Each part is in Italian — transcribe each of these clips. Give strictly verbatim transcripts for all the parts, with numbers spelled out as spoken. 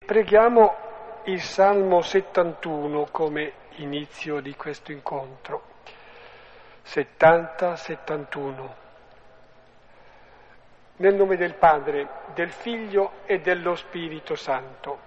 preghiamo il Salmo settantuno come inizio di questo incontro. settanta settantuno. Nel nome del Padre, del Figlio e dello Spirito Santo.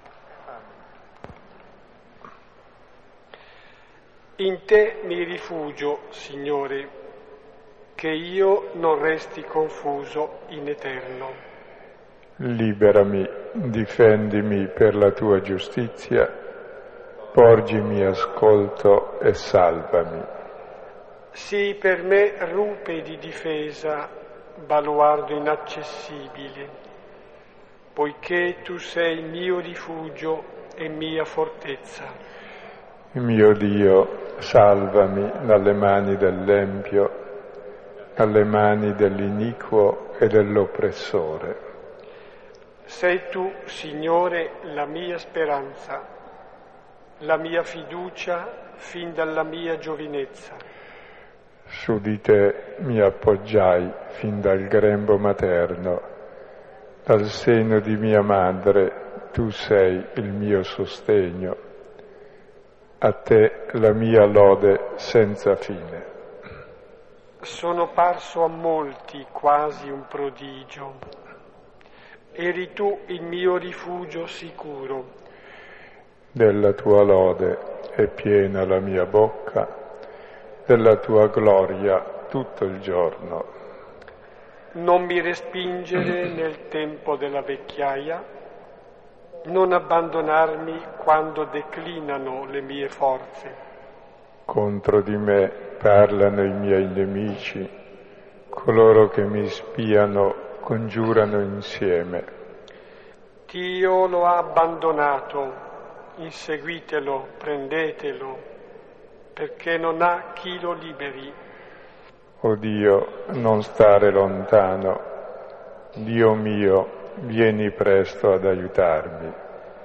In te mi rifugio, Signore, che io non resti confuso in eterno. Liberami, difendimi per la tua giustizia, porgimi ascolto e salvami. Sii per me rupe di difesa, baluardo inaccessibile, poiché tu sei mio rifugio e mia fortezza. Mio Dio, salvami dalle mani dell'empio, dalle mani dell'iniquo e dell'oppressore. Sei tu, Signore, la mia speranza, la mia fiducia fin dalla mia giovinezza. Su di te mi appoggiai fin dal grembo materno, dal seno di mia madre tu sei il mio sostegno, a te la mia lode senza fine. Sono parso a molti quasi un prodigio, eri tu il mio rifugio sicuro. Della tua lode è piena la mia bocca, della tua gloria tutto il giorno. Non mi respingere nel tempo della vecchiaia, non abbandonarmi quando declinano le mie forze. Contro di me parlano i miei nemici, coloro che mi spiano congiurano insieme. Dio lo ha abbandonato, inseguitelo, prendetelo, perché non ha chi lo liberi. O Dio, non stare lontano, Dio mio, vieni presto ad aiutarmi.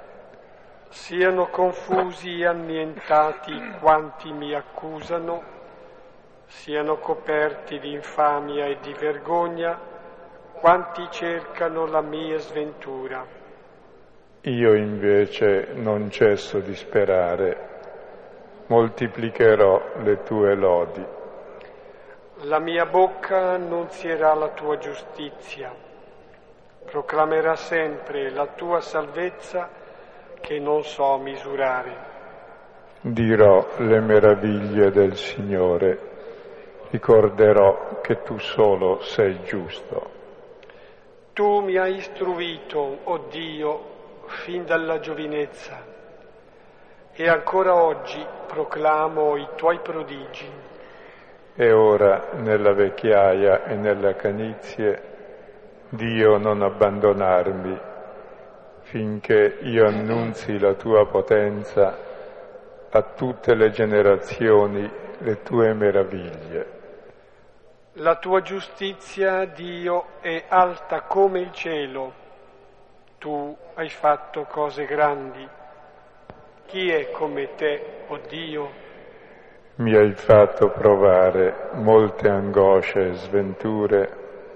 Siano confusi e annientati quanti mi accusano, siano coperti di infamia e di vergogna quanti cercano la mia sventura. Io invece non cesso di sperare, moltiplicherò le tue lodi. La mia bocca annunzierà la tua giustizia, proclamerà sempre la tua salvezza che non so misurare. Dirò le meraviglie del Signore, ricorderò che tu solo sei giusto. Tu mi hai istruito, o Dio, fin dalla giovinezza, e ancora oggi proclamo i tuoi prodigi. E ora, nella vecchiaia e nella canizie, Dio, non abbandonarmi, finché io annunzi la tua potenza a tutte le generazioni, le tue meraviglie. La tua giustizia, Dio, è alta come il cielo. Tu hai fatto cose grandi. Chi è come te, o Dio? Mi hai fatto provare molte angosce e sventure.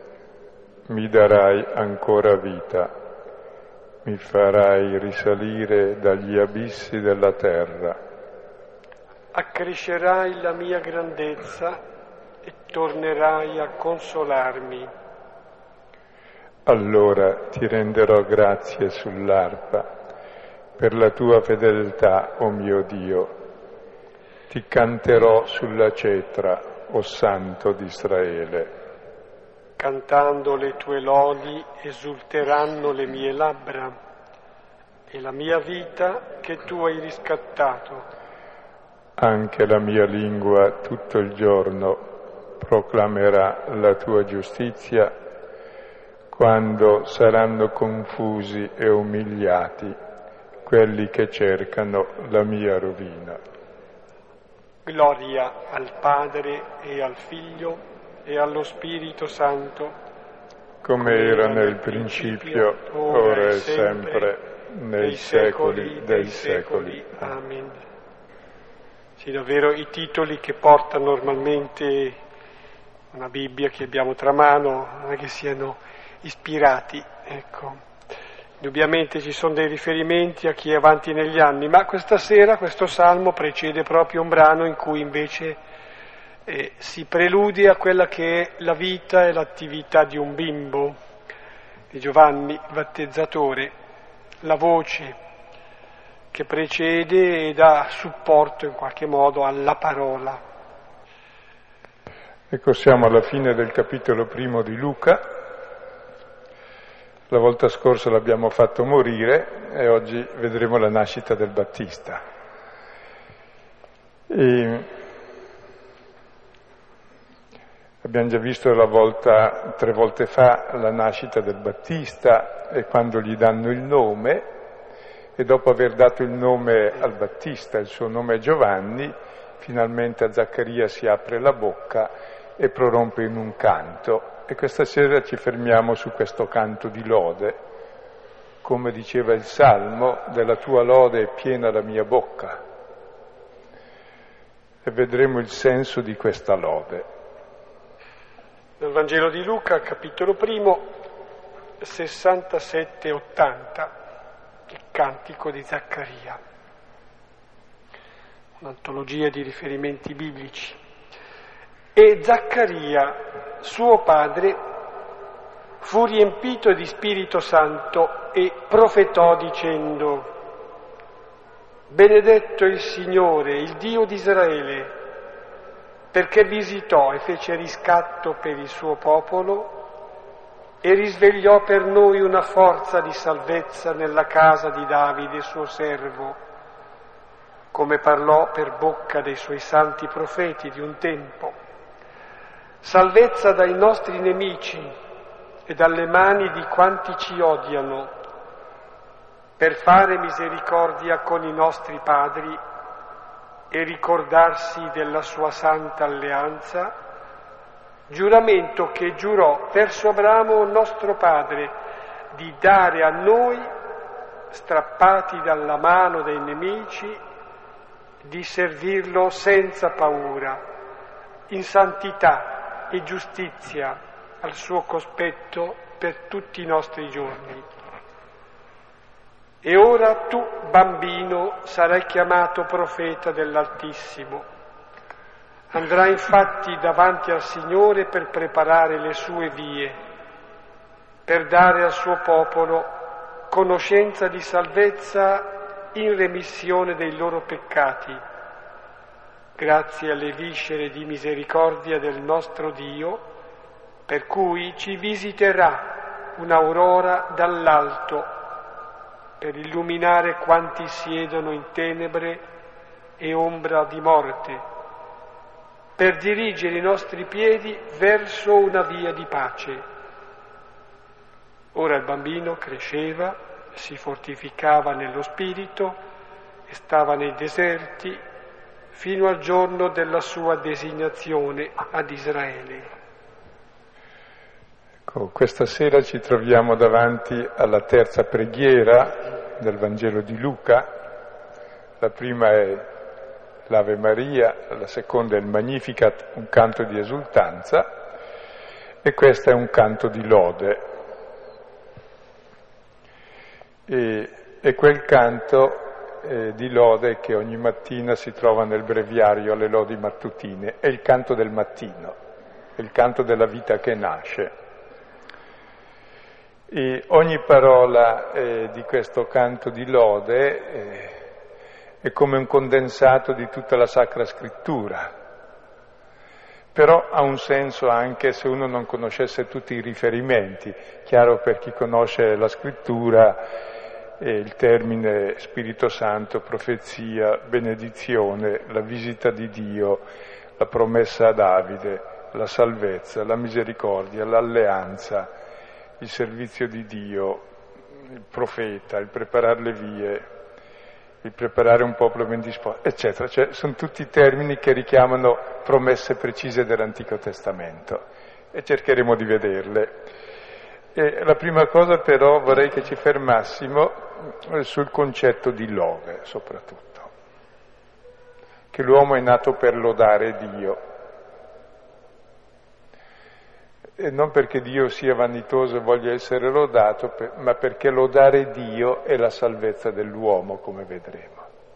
Mi darai ancora vita. Mi farai risalire dagli abissi della terra. Accrescerai la mia grandezza e tornerai a consolarmi. Allora ti renderò grazie sull'arpa per la tua fedeltà, o mio Dio. Ti canterò sulla cetra, o Santo di Israele. Cantando le tue lodi esulteranno le mie labbra e la mia vita che tu hai riscattato. Anche la mia lingua tutto il giorno proclamerà la tua giustizia, quando saranno confusi e umiliati quelli che cercano la mia rovina. Gloria al Padre e al Figlio e allo Spirito Santo, come era nel principio, ora e sempre, nei secoli dei secoli. Amen. Sì, davvero i titoli che porta normalmente una Bibbia che abbiamo tra mano, non è che siano ispirati, ecco. Indubbiamente ci sono dei riferimenti a chi è avanti negli anni, ma questa sera questo salmo precede proprio un brano in cui invece eh, si preludia a quella che è la vita e l'attività di un bimbo, di Giovanni Battezzatore, la voce che precede e dà supporto in qualche modo alla parola. Ecco, siamo alla fine del capitolo primo di Luca. La volta scorsa l'abbiamo fatto morire e oggi vedremo la nascita del Battista. E abbiamo già visto la volta, tre volte fa la nascita del Battista e quando gli danno il nome, e dopo aver dato il nome al Battista, il suo nome è Giovanni, finalmente a Zaccaria si apre la bocca e prorompe in un canto. E questa sera ci fermiamo su questo canto di lode. Come diceva il Salmo, della tua lode è piena la mia bocca. E vedremo il senso di questa lode. Nel Vangelo di Luca, capitolo primo, sessantasette ottanta, il cantico di Zaccaria. Un'antologia di riferimenti biblici. E Zaccaria, suo padre, fu riempito di Spirito Santo e profetò dicendo: benedetto il Signore, il Dio di Israele, perché visitò e fece riscatto per il suo popolo e risvegliò per noi una forza di salvezza nella casa di Davide, suo servo, come parlò per bocca dei suoi santi profeti di un tempo. Salvezza dai nostri nemici e dalle mani di quanti ci odiano, per fare misericordia con i nostri padri e ricordarsi della sua santa alleanza, giuramento che giurò verso Abramo nostro padre di dare a noi, strappati dalla mano dei nemici, di servirlo senza paura, in santità e giustizia al suo cospetto per tutti i nostri giorni. E ora tu, bambino, sarai chiamato profeta dell'Altissimo. Andrai infatti davanti al Signore per preparare le sue vie, per dare al suo popolo conoscenza di salvezza in remissione dei loro peccati, grazie alle viscere di misericordia del nostro Dio, per cui ci visiterà un'aurora dall'alto per illuminare quanti siedono in tenebre e ombra di morte, per dirigere i nostri piedi verso una via di pace. Ora il bambino cresceva, si fortificava nello spirito e stava nei deserti fino al giorno della sua designazione ad Israele. Ecco, questa sera ci troviamo davanti alla terza preghiera del Vangelo di Luca. La prima è l'Ave Maria, la seconda è il Magnificat, un canto di esultanza, e questo è un canto di lode. E, e quel canto eh, di lode che ogni mattina si trova nel breviario alle lodi mattutine, è il canto del mattino, è il canto della vita che nasce. E ogni parola eh, di questo canto di lode eh, è come un condensato di tutta la Sacra Scrittura, però ha un senso anche se uno non conoscesse tutti i riferimenti. Chiaro, per chi conosce la Scrittura eh, il termine Spirito Santo, profezia, benedizione, la visita di Dio, la promessa a Davide, la salvezza, la misericordia, l'alleanza, il servizio di Dio, il profeta, il preparare le vie, il preparare un popolo ben disposto, eccetera. Cioè, sono tutti termini che richiamano promesse precise dell'Antico Testamento e cercheremo di vederle. E la prima cosa però vorrei che ci fermassimo sul concetto di lode, soprattutto, che l'uomo è nato per lodare Dio. E non perché Dio sia vanitoso e voglia essere lodato, ma perché lodare Dio è la salvezza dell'uomo, come vedremo.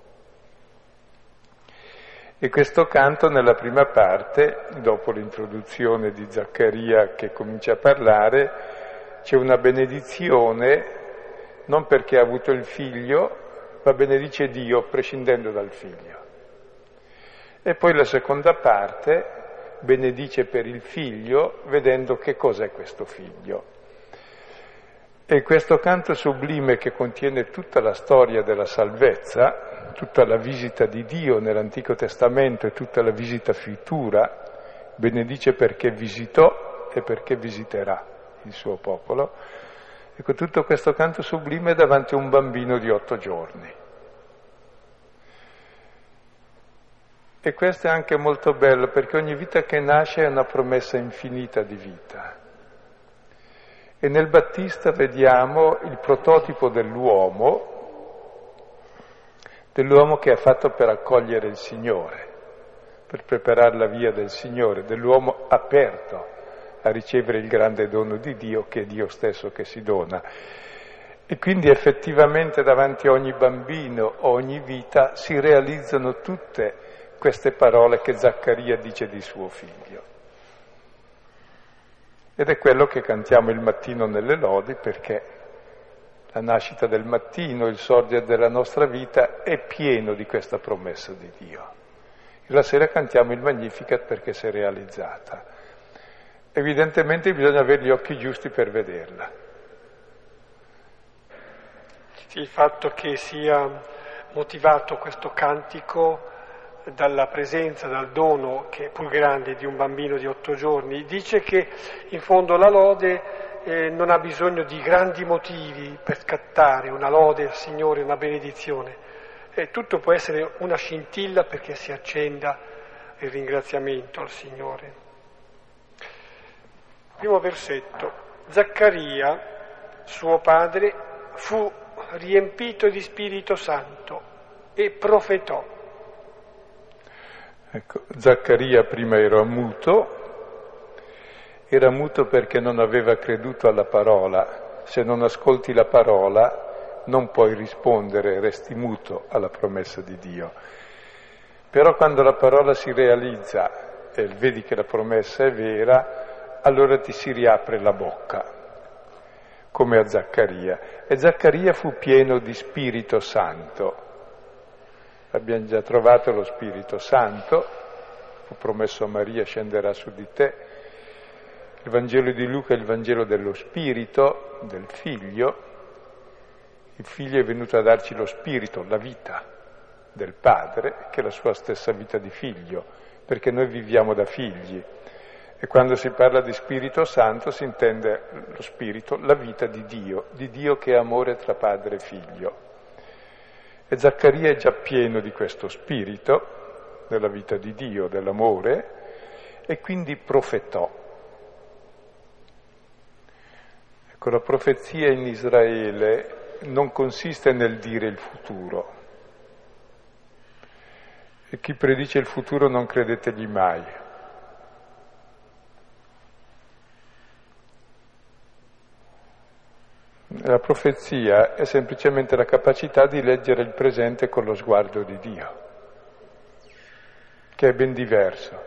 E questo canto nella prima parte, dopo l'introduzione di Zaccaria che comincia a parlare, c'è una benedizione, non perché ha avuto il figlio, ma benedice Dio prescindendo dal figlio. E poi la seconda parte benedice per il figlio, vedendo che cos'è questo figlio. E questo canto sublime che contiene tutta la storia della salvezza, tutta la visita di Dio nell'Antico Testamento e tutta la visita futura, benedice perché visitò e perché visiterà il suo popolo. Ecco, tutto questo canto sublime è davanti a un bambino di otto giorni. E questo è anche molto bello, perché ogni vita che nasce è una promessa infinita di vita. E nel Battista vediamo il prototipo dell'uomo, dell'uomo che è fatto per accogliere il Signore, per preparare la via del Signore, dell'uomo aperto a ricevere il grande dono di Dio, che è Dio stesso che si dona. E quindi effettivamente davanti a ogni bambino, a ogni vita, si realizzano tutte queste parole che Zaccaria dice di suo figlio. Ed è quello che cantiamo il mattino nelle lodi, perché la nascita del mattino, il sorgere della nostra vita è pieno di questa promessa di Dio. E la sera cantiamo il Magnificat perché si è realizzata. Evidentemente bisogna avere gli occhi giusti per vederla. Il fatto che sia motivato questo cantico dalla presenza, dal dono che è più grande di un bambino di otto giorni, dice che in fondo la lode eh, non ha bisogno di grandi motivi per scattare una lode al Signore, una benedizione. E tutto può essere una scintilla perché si accenda il ringraziamento al Signore. Primo versetto. Zaccaria, suo padre, fu riempito di Spirito Santo e profetò. Ecco, Zaccaria prima era muto, era muto perché non aveva creduto alla parola. Se non ascolti la parola non puoi rispondere, resti muto alla promessa di Dio. Però quando la parola si realizza e vedi che la promessa è vera, allora ti si riapre la bocca, come a Zaccaria. E Zaccaria fu pieno di Spirito Santo. Abbiamo già trovato lo Spirito Santo, fu promesso a Maria, scenderà su di te. Il Vangelo di Luca è il Vangelo dello Spirito, del Figlio. Il Figlio è venuto a darci lo Spirito, la vita del Padre, che è la sua stessa vita di figlio, perché noi viviamo da figli. E quando si parla di Spirito Santo si intende lo Spirito, la vita di Dio, di Dio che è amore tra padre e figlio. E Zaccaria è già pieno di questo spirito, della vita di Dio, dell'amore, e quindi profetò. Ecco, la profezia in Israele non consiste nel dire il futuro. E chi predice il futuro non credetegli mai. La profezia è semplicemente la capacità di leggere il presente con lo sguardo di Dio, che è ben diverso.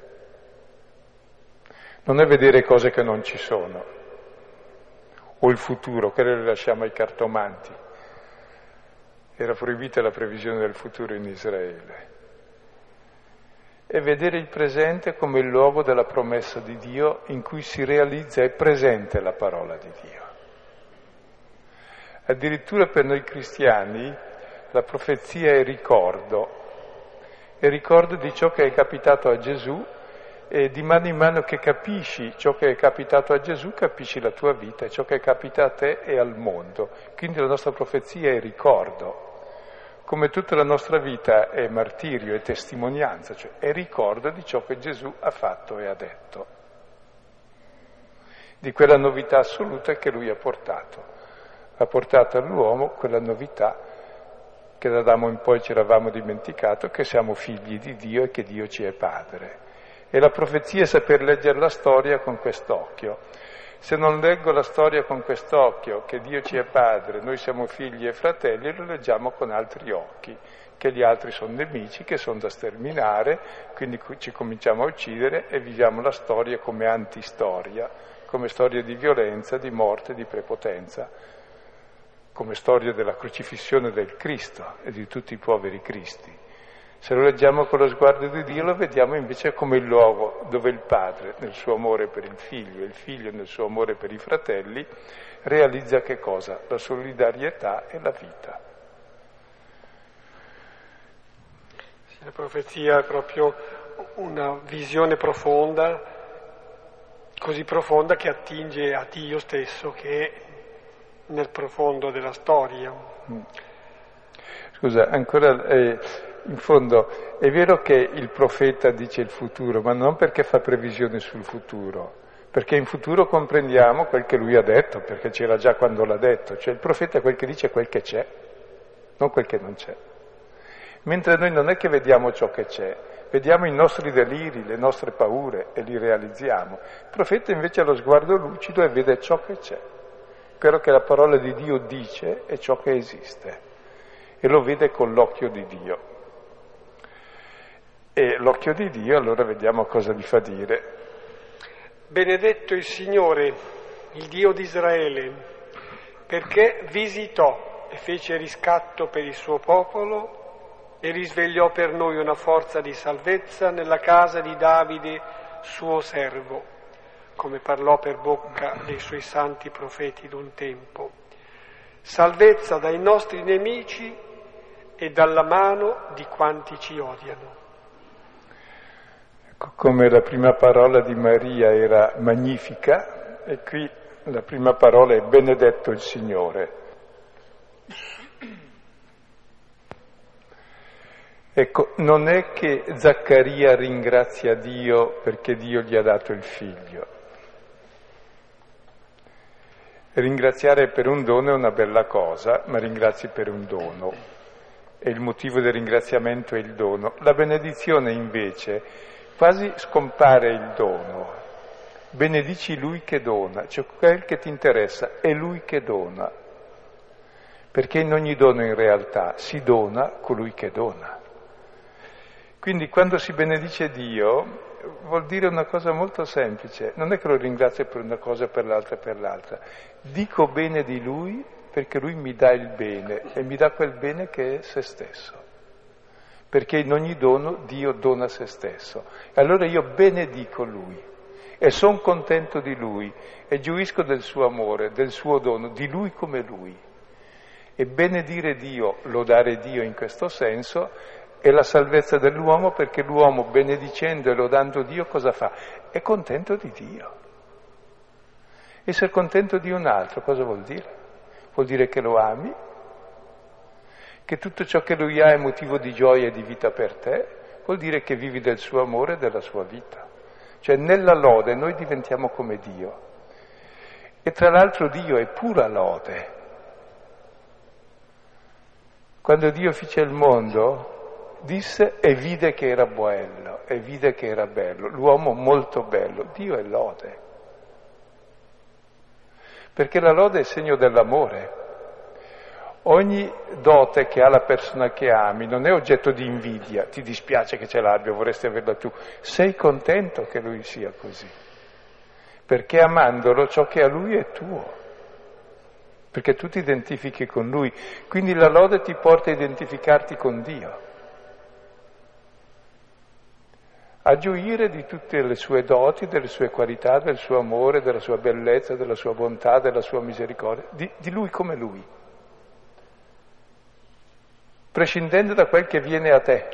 Non è vedere cose che non ci sono, o il futuro, che le lasciamo ai cartomanti. Era proibita la previsione del futuro in Israele. È vedere il presente come il luogo della promessa di Dio in cui si realizza e presente la parola di Dio. Addirittura per noi cristiani la profezia è ricordo, è ricordo di ciò che è capitato a Gesù e di mano in mano che capisci ciò che è capitato a Gesù, capisci la tua vita e ciò che è capitato a te e al mondo. Quindi la nostra profezia è ricordo, come tutta la nostra vita è martirio, è testimonianza, cioè è ricordo di ciò che Gesù ha fatto e ha detto, di quella novità assoluta che Lui ha portato. Ha portato all'uomo quella novità che da Adamo in poi ci eravamo dimenticato, che siamo figli di Dio e che Dio ci è Padre. E la profezia è saper leggere la storia con quest'occhio. Se non leggo la storia con quest'occhio, che Dio ci è padre, noi siamo figli e fratelli, lo leggiamo con altri occhi, che gli altri sono nemici, che sono da sterminare, quindi ci cominciamo a uccidere e viviamo la storia come antistoria, come storia di violenza, di morte, di prepotenza, come storia della crocifissione del Cristo e di tutti i poveri cristi. Se lo leggiamo con lo sguardo di Dio, lo vediamo invece come il luogo dove il padre, nel suo amore per il figlio, e il figlio nel suo amore per i fratelli, realizza che cosa? La solidarietà e la vita. La profezia è proprio una visione profonda, così profonda che attinge a Dio stesso, che è nel profondo della storia. Scusa, ancora, eh, in fondo, è vero che il profeta dice il futuro, ma non perché fa previsione sul futuro, perché in futuro comprendiamo quel che lui ha detto, perché c'era già quando l'ha detto, cioè il profeta quel che dice è quel che c'è, non quel che non c'è. Mentre noi non è che vediamo ciò che c'è, vediamo i nostri deliri, le nostre paure e li realizziamo. Il profeta invece ha lo sguardo lucido e vede ciò che c'è, quello che la parola di Dio dice è ciò che esiste, e lo vede con l'occhio di Dio. E l'occhio di Dio, allora vediamo cosa gli fa dire. Benedetto il Signore, il Dio di Israele, perché visitò e fece riscatto per il suo popolo e risvegliò per noi una forza di salvezza nella casa di Davide, suo servo, come parlò per bocca dei suoi santi profeti d'un tempo. Salvezza dai nostri nemici e dalla mano di quanti ci odiano. Ecco, come la prima parola di Maria era magnifica, e qui la prima parola è benedetto il Signore. Ecco, non è che Zaccaria ringrazia Dio perché Dio gli ha dato il figlio. Ringraziare per un dono è una bella cosa, ma ringrazi per un dono. E il motivo del ringraziamento è il dono. La benedizione invece quasi scompare il dono. Benedici lui che dona, cioè quel che ti interessa è lui che dona. Perché in ogni dono in realtà si dona colui che dona. Quindi quando si benedice Dio vuol dire una cosa molto semplice, non è che lo ringrazio per una cosa, per l'altra e per l'altra. Dico bene di Lui perché Lui mi dà il bene e mi dà quel bene che è se stesso. Perché in ogni dono Dio dona se stesso. E allora io benedico Lui e sono contento di Lui e gioisco del suo amore, del suo dono, di Lui come Lui. E benedire Dio, lodare Dio in questo senso, è la salvezza dell'uomo, perché l'uomo benedicendo e lodando Dio cosa fa? È contento di Dio. Essere contento di un altro cosa vuol dire? Vuol dire che lo ami, che tutto ciò che lui ha è motivo di gioia e di vita per te, vuol dire che vivi del suo amore e della sua vita. Cioè nella lode noi diventiamo come Dio. E tra l'altro Dio è pura lode. Quando Dio fece il mondo, disse e vide che era bello, e vide che era bello, l'uomo molto bello. Dio è lode, perché la lode è segno dell'amore. Ogni dote che ha la persona che ami non è oggetto di invidia, ti dispiace che ce l'abbia, vorresti averla tu, sei contento che lui sia così, perché amandolo ciò che a lui è tuo, perché tu ti identifichi con lui, quindi la lode ti porta a identificarti con Dio, a gioire di tutte le sue doti, delle sue qualità, del suo amore, della sua bellezza, della sua bontà, della sua misericordia, di, di lui come lui, prescindendo da quel che viene a te.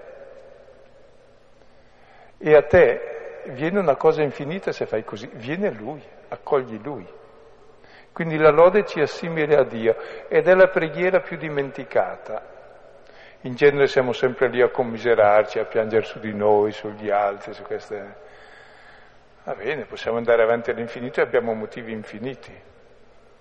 E a te viene una cosa infinita se fai così, viene lui, accogli lui. Quindi la lode ci assimila a Dio ed è la preghiera più dimenticata. In genere siamo sempre lì a commiserarci, a piangere su di noi, sugli altri, su queste... Va bene, possiamo andare avanti all'infinito e abbiamo motivi infiniti.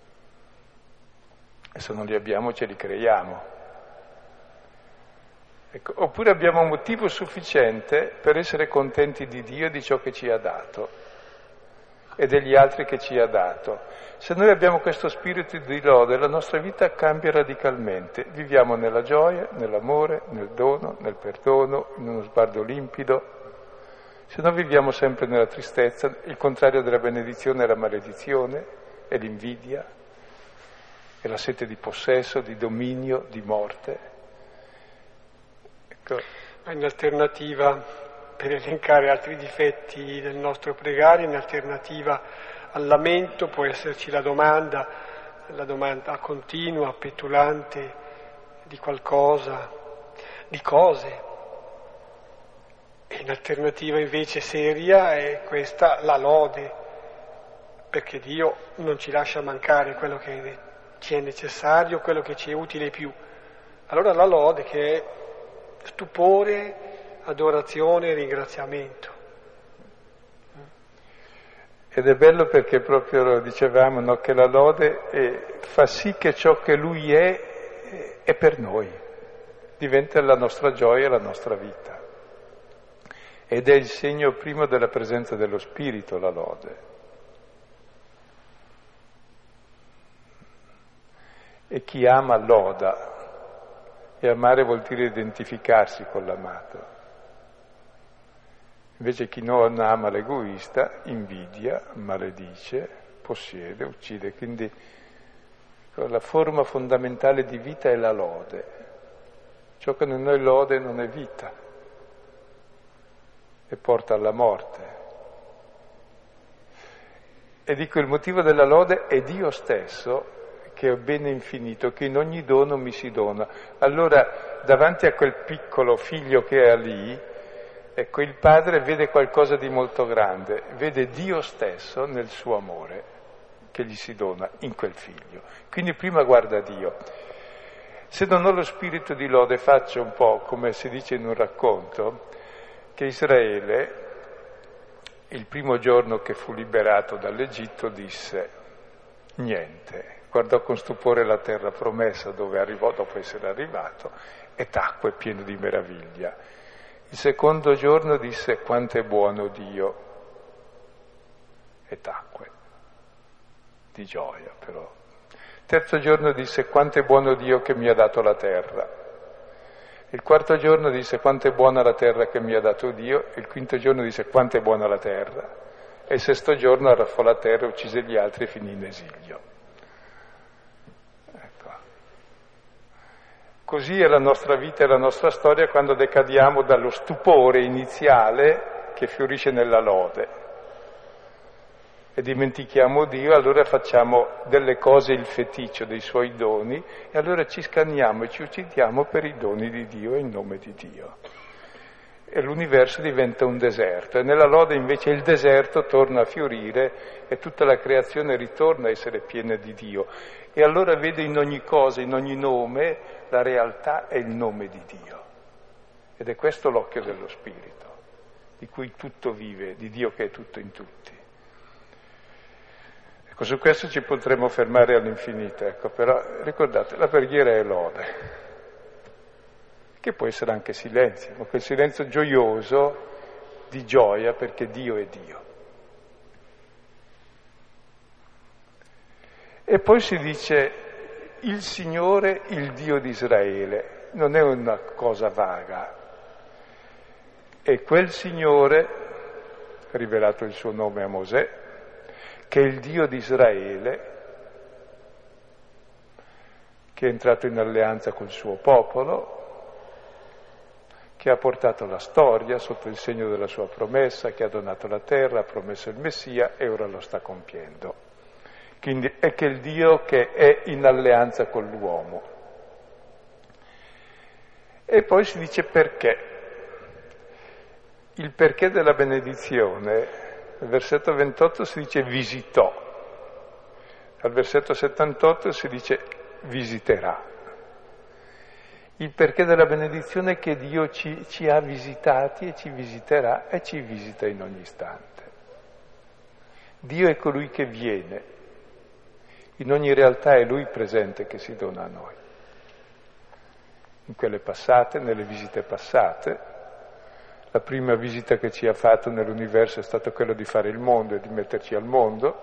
E se non li abbiamo ce li creiamo. Ecco, oppure abbiamo un motivo sufficiente per essere contenti di Dio e di ciò che ci ha dato e degli altri che ci ha dato. Se noi abbiamo questo spirito di lode, la nostra vita cambia radicalmente. Viviamo nella gioia, nell'amore, nel dono, nel perdono, in uno sguardo limpido. Se no viviamo sempre nella tristezza, il contrario della benedizione è la maledizione, è l'invidia, è la sete di possesso, di dominio, di morte. Ecco. In alternativa, per elencare altri difetti del nostro pregare, in alternativa al lamento può esserci la domanda, la domanda continua, petulante di qualcosa, di cose. E in alternativa invece seria è questa, la lode, perché Dio non ci lascia mancare quello che ci è necessario, quello che ci è utile più. Allora la lode che è stupore, adorazione e ringraziamento. Ed è bello perché proprio lo dicevamo, no, che la lode è, fa sì che ciò che Lui è, è per noi, diventa la nostra gioia e la nostra vita. Ed è il segno primo della presenza dello Spirito, la lode. E chi ama loda, e amare vuol dire identificarsi con l'amato. Invece chi non ama l'egoista invidia, maledice, possiede, uccide. Quindi la forma fondamentale di vita è la lode. Ciò che non è lode non è vita e porta alla morte. E dico, il motivo della lode è Dio stesso, che è bene infinito, che in ogni dono mi si dona. Allora, davanti a quel piccolo figlio che è lì, ecco, il padre vede qualcosa di molto grande, vede Dio stesso nel suo amore che gli si dona in quel figlio. Quindi prima guarda Dio. Se non ho lo spirito di lode, faccio un po', come si dice in un racconto, che Israele, il primo giorno che fu liberato dall'Egitto, disse niente. Guardò con stupore la terra promessa dove arrivò dopo essere arrivato e tacque pieno di meraviglia. Il secondo giorno disse quanto è buono Dio e tacque di gioia però. Il terzo giorno disse quanto è buono Dio che mi ha dato la terra. Il quarto giorno disse quanto è buona la terra che mi ha dato Dio. Il quinto giorno disse quanto è buona la terra. E il sesto giorno arraffò la terra, uccise gli altri e finì in esilio. Ecco. Così è la nostra vita e la nostra storia quando decadiamo dallo stupore iniziale che fiorisce nella lode e dimentichiamo Dio, allora facciamo delle cose il feticcio dei suoi doni e allora ci scanniamo e ci uccidiamo per i doni di Dio e in nome di Dio. E l'universo diventa un deserto e nella lode invece il deserto torna a fiorire e tutta la creazione ritorna a essere piena di Dio. E allora vede in ogni cosa, in ogni nome, la realtà e il nome di Dio. Ed è questo l'occhio dello Spirito, di cui tutto vive, di Dio che è tutto in tutti. Ecco, su questo ci potremmo fermare all'infinito, ecco, però ricordate, la preghiera è lode, che può essere anche silenzio, ma quel silenzio gioioso di gioia perché Dio è Dio. E poi si dice il Signore, il Dio di Israele, non è una cosa vaga. E quel Signore, rivelato il suo nome a Mosè, che è il Dio di Israele, che è entrato in alleanza col suo popolo, che ha portato la storia sotto il segno della sua promessa, che ha donato la terra, ha promesso il Messia e ora lo sta compiendo. Quindi è che il Dio che è in alleanza con l'uomo. E poi si dice perché. Il perché della benedizione, nel versetto ventotto si dice visitò, al versetto settantotto si dice visiterà. Il perché della benedizione è che Dio ci, ci ha visitati e ci visiterà e ci visita in ogni istante. Dio è colui che viene. In ogni realtà è Lui presente che si dona a noi. in quelle passate, nelle visite passate. La prima visita che ci ha fatto nell'universo è stata quella di fare il mondo e di metterci al mondo.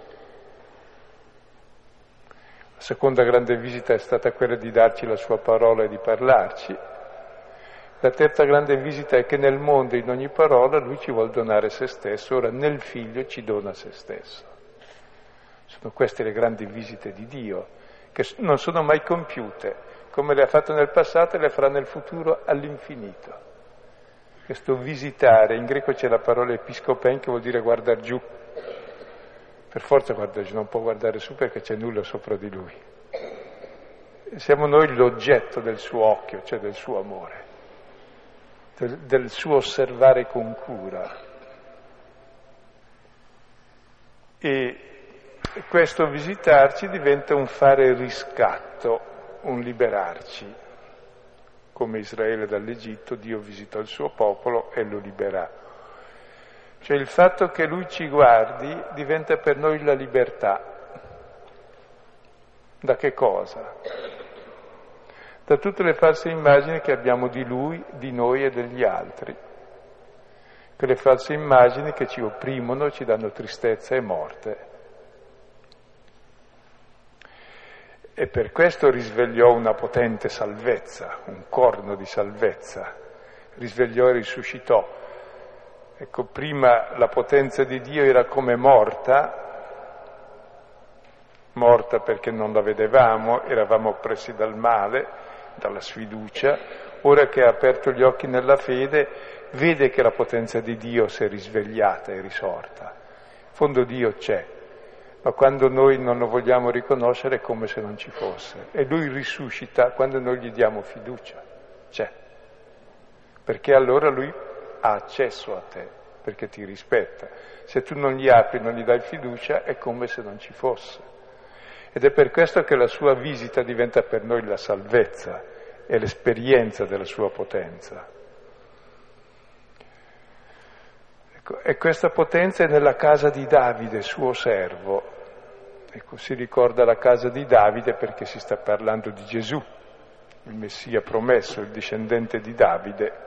La seconda grande visita è stata quella di darci la sua parola e di parlarci. La terza grande visita è che nel mondo, in ogni parola, lui ci vuol donare se stesso, ora nel figlio ci dona se stesso. Sono queste le grandi visite di Dio, che non sono mai compiute, come le ha fatto nel passato e le farà nel futuro all'infinito. Questo visitare, in greco c'è la parola episcopen che vuol dire guardare giù. Per forza guarda giù, non può guardare su perché c'è nulla sopra di lui. Siamo noi l'oggetto del suo occhio, cioè del suo amore, del, del suo osservare con cura. E questo visitarci diventa un fare riscatto, un liberarci. Come Israele dall'Egitto, Dio visitò il suo popolo e lo liberà. Cioè il fatto che lui ci guardi diventa per noi la libertà. Da che cosa? Da tutte le false immagini che abbiamo di lui, di noi e degli altri. Quelle false immagini che ci opprimono, ci danno tristezza e morte. E per questo risvegliò una potente salvezza, un corno di salvezza. Risvegliò e risuscitò. Ecco, prima la potenza di Dio era come morta, morta perché non la vedevamo, eravamo oppressi dal male, dalla sfiducia. Ora che ha aperto gli occhi nella fede, vede che la potenza di Dio si è risvegliata e risorta. In fondo Dio c'è, ma quando noi non lo vogliamo riconoscere è come se non ci fosse. E Lui risuscita quando noi gli diamo fiducia, c'è. Perché allora Lui ha accesso a te, perché ti rispetta. Se tu non gli apri, non gli dai fiducia, è come se non ci fosse. Ed è per questo che la sua visita diventa per noi la salvezza e l'esperienza della sua potenza. Ecco, e questa potenza è nella casa di Davide, suo servo. Ecco, si ricorda la casa di Davide perché si sta parlando di Gesù, il Messia promesso, il discendente di Davide.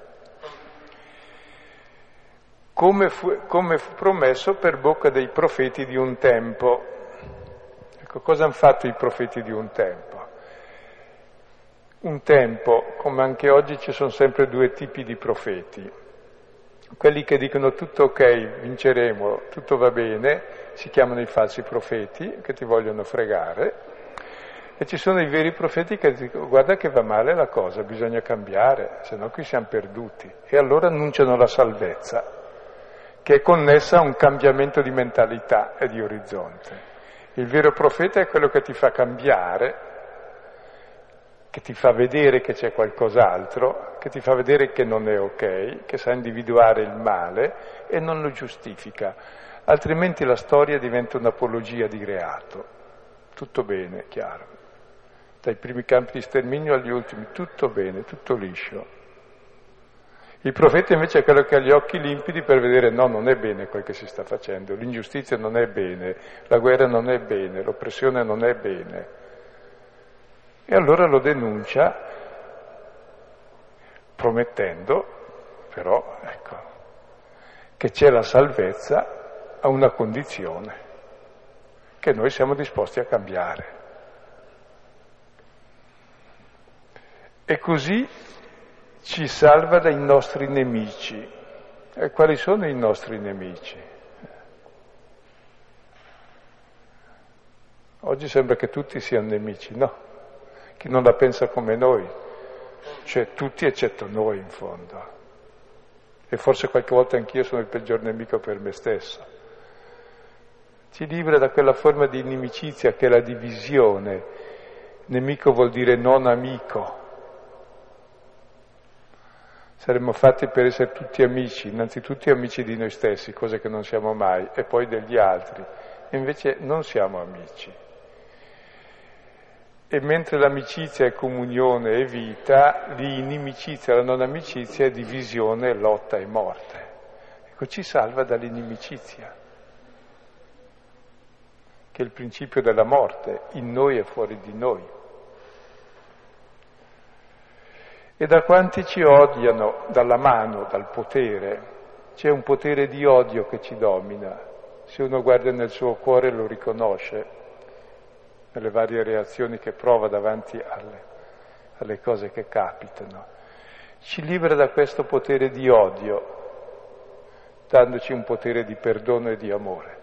Come fu, come fu promesso per bocca dei profeti di un tempo. Ecco, cosa hanno fatto i profeti di un tempo? Un tempo, come anche oggi, ci sono sempre due tipi di profeti. Quelli che dicono tutto ok, vinceremo, tutto va bene, si chiamano i falsi profeti, che ti vogliono fregare. E ci sono i veri profeti che dicono guarda che va male la cosa, bisogna cambiare, se no qui siamo perduti. E allora annunciano la salvezza, che è connessa a un cambiamento di mentalità e di orizzonte. Il vero profeta è quello che ti fa cambiare, che ti fa vedere che c'è qualcos'altro, che ti fa vedere che non è ok, che sa individuare il male e non lo giustifica. Altrimenti la storia diventa un'apologia di reato. Tutto bene, chiaro. Dai primi campi di sterminio agli ultimi, tutto bene, tutto liscio. Il profeta invece è quello che ha gli occhi limpidi per vedere no, non è bene quel che si sta facendo, l'ingiustizia non è bene, la guerra non è bene, l'oppressione non è bene. E allora lo denuncia, promettendo, però, ecco, che c'è la salvezza a una condizione, che noi siamo disposti a cambiare. E così ci salva dai nostri nemici. E quali sono i nostri nemici? Oggi sembra che tutti siano nemici, no? Chi non la pensa come noi, cioè tutti eccetto noi in fondo. E forse qualche volta anch'io sono il peggior nemico per me stesso. Ci libera da quella forma di inimicizia che è la divisione. Nemico vuol dire non amico. Saremmo fatti per essere tutti amici, innanzitutto amici di noi stessi, cose che non siamo mai, e poi degli altri. E invece non siamo amici. E mentre l'amicizia è comunione e vita, l'inimicizia, la non amicizia è divisione, lotta e morte. Ecco, ci salva dall'inimicizia, che è il principio della morte, in noi e fuori di noi. e da quanti ci odiano dalla mano, dal potere. C'è un potere di odio che ci domina. Se uno guarda nel suo cuore lo riconosce, nelle varie reazioni che prova davanti alle, alle cose che capitano. Ci libera da questo potere di odio, dandoci un potere di perdono e di amore.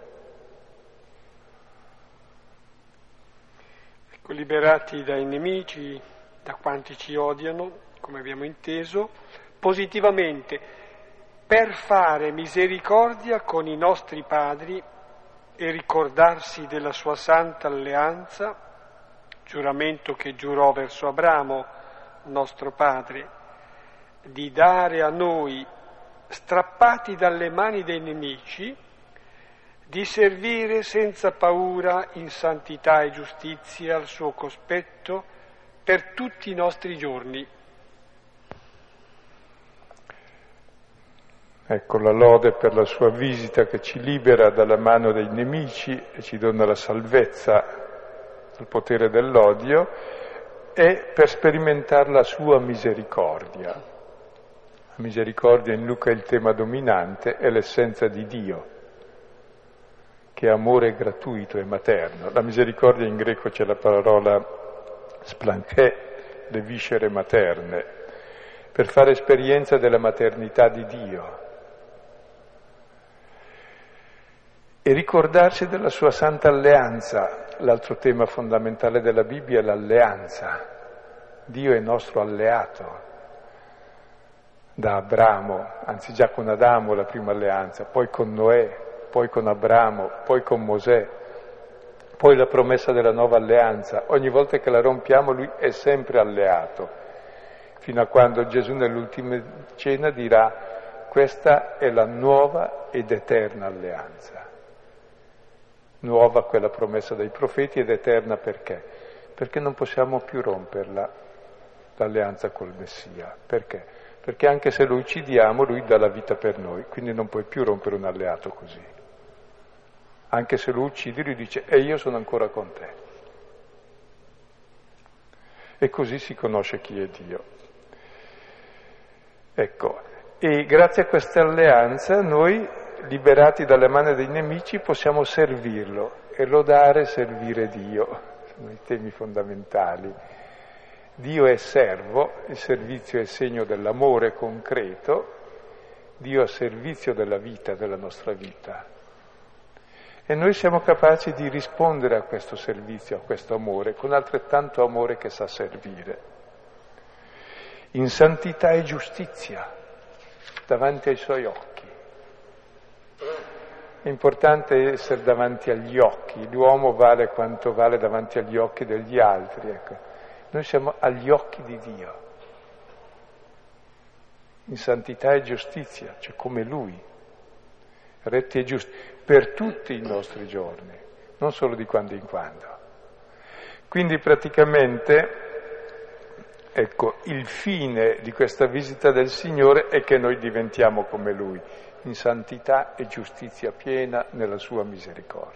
Ecco, liberati dai nemici, da quanti ci odiano, come abbiamo inteso, positivamente, per fare misericordia con i nostri padri e ricordarsi della sua santa alleanza, giuramento che giurò verso Abramo, nostro padre, di dare a noi, strappati dalle mani dei nemici, di servire senza paura in santità e giustizia al suo cospetto per tutti i nostri giorni. Ecco la lode per la sua visita che ci libera dalla mano dei nemici e ci dona la salvezza dal potere dell'odio, e per sperimentare la sua misericordia. La misericordia in Luca è il tema dominante, è l'essenza di Dio, che è amore gratuito e materno. La misericordia in greco c'è la parola splanché, le viscere materne, per fare esperienza della maternità di Dio. E ricordarsi della sua santa alleanza. L'altro tema fondamentale della Bibbia è l'alleanza. Dio è nostro alleato. Da Abramo, anzi già con Adamo la prima alleanza, poi con Noè, poi con Abramo, poi con Mosè, poi la promessa della nuova alleanza. Ogni volta che la rompiamo lui è sempre alleato, fino a quando Gesù nell'ultima cena dirà: questa è la nuova ed eterna alleanza. Nuova quella promessa dei profeti ed eterna perché? Perché non possiamo più romperla, l'alleanza col Messia. Perché? Perché anche se lo uccidiamo, lui dà la vita per noi, quindi non puoi più rompere un alleato così. Anche se lo uccidi, lui dice: e io sono ancora con te. E così si conosce chi è Dio. Ecco, e grazie a questa alleanza noi, liberati dalle mani dei nemici, possiamo servirlo e lodare e servire Dio. Sono i temi fondamentali. Dio è servo, il servizio è segno dell'amore concreto, Dio è a servizio della vita, della nostra vita. E noi siamo capaci di rispondere a questo servizio, a questo amore, con altrettanto amore che sa servire. In santità e giustizia, davanti ai suoi occhi. È importante essere davanti agli occhi, l'uomo vale quanto vale davanti agli occhi degli altri, ecco. Noi siamo agli occhi di Dio, in santità e giustizia, cioè come Lui, retti e giusti, per tutti i nostri giorni, non solo di quando in quando. Quindi praticamente, ecco, il fine di questa visita del Signore è che noi diventiamo come Lui, in santità e giustizia piena nella sua misericordia.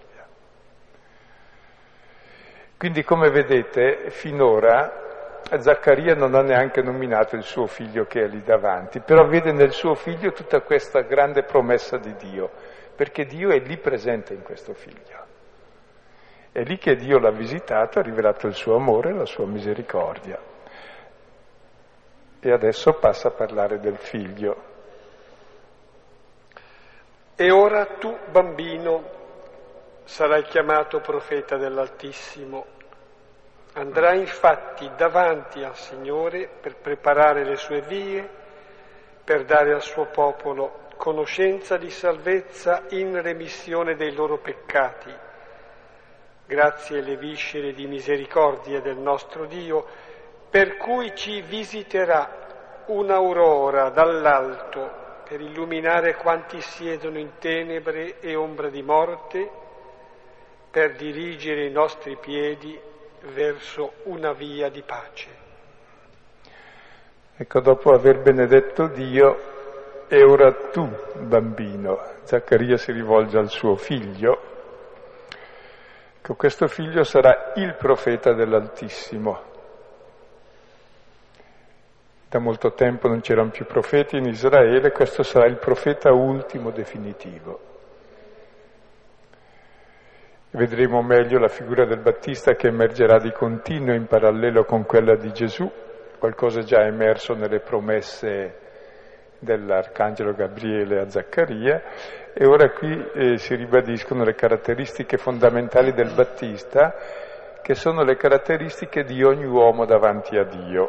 Quindi, come vedete, finora Zaccaria non ha neanche nominato il suo figlio che è lì davanti, però vede nel suo figlio tutta questa grande promessa di Dio, perché Dio è lì presente in questo figlio. È lì che Dio l'ha visitato, ha rivelato il suo amore e la sua misericordia. E adesso passa a parlare del figlio. E ora tu, bambino, sarai chiamato profeta dell'Altissimo. Andrai infatti davanti al Signore per preparare le sue vie, per dare al suo popolo conoscenza di salvezza in remissione dei loro peccati, grazie alle viscere di misericordia del nostro Dio, per cui ci visiterà un'aurora dall'alto per illuminare quanti siedono in tenebre e ombra di morte, per dirigere i nostri piedi verso una via di pace. Ecco, dopo aver benedetto Dio, e ora tu, bambino, Zaccaria si rivolge al suo figlio, che questo figlio sarà il profeta dell'Altissimo. Da molto tempo non c'erano più profeti in Israele, questo sarà il profeta ultimo definitivo. Vedremo meglio la figura del Battista che emergerà di continuo in parallelo con quella di Gesù, qualcosa già è emerso nelle promesse dell'Arcangelo Gabriele a Zaccaria, e ora qui eh, si ribadiscono le caratteristiche fondamentali del Battista, che sono le caratteristiche di ogni uomo davanti a Dio.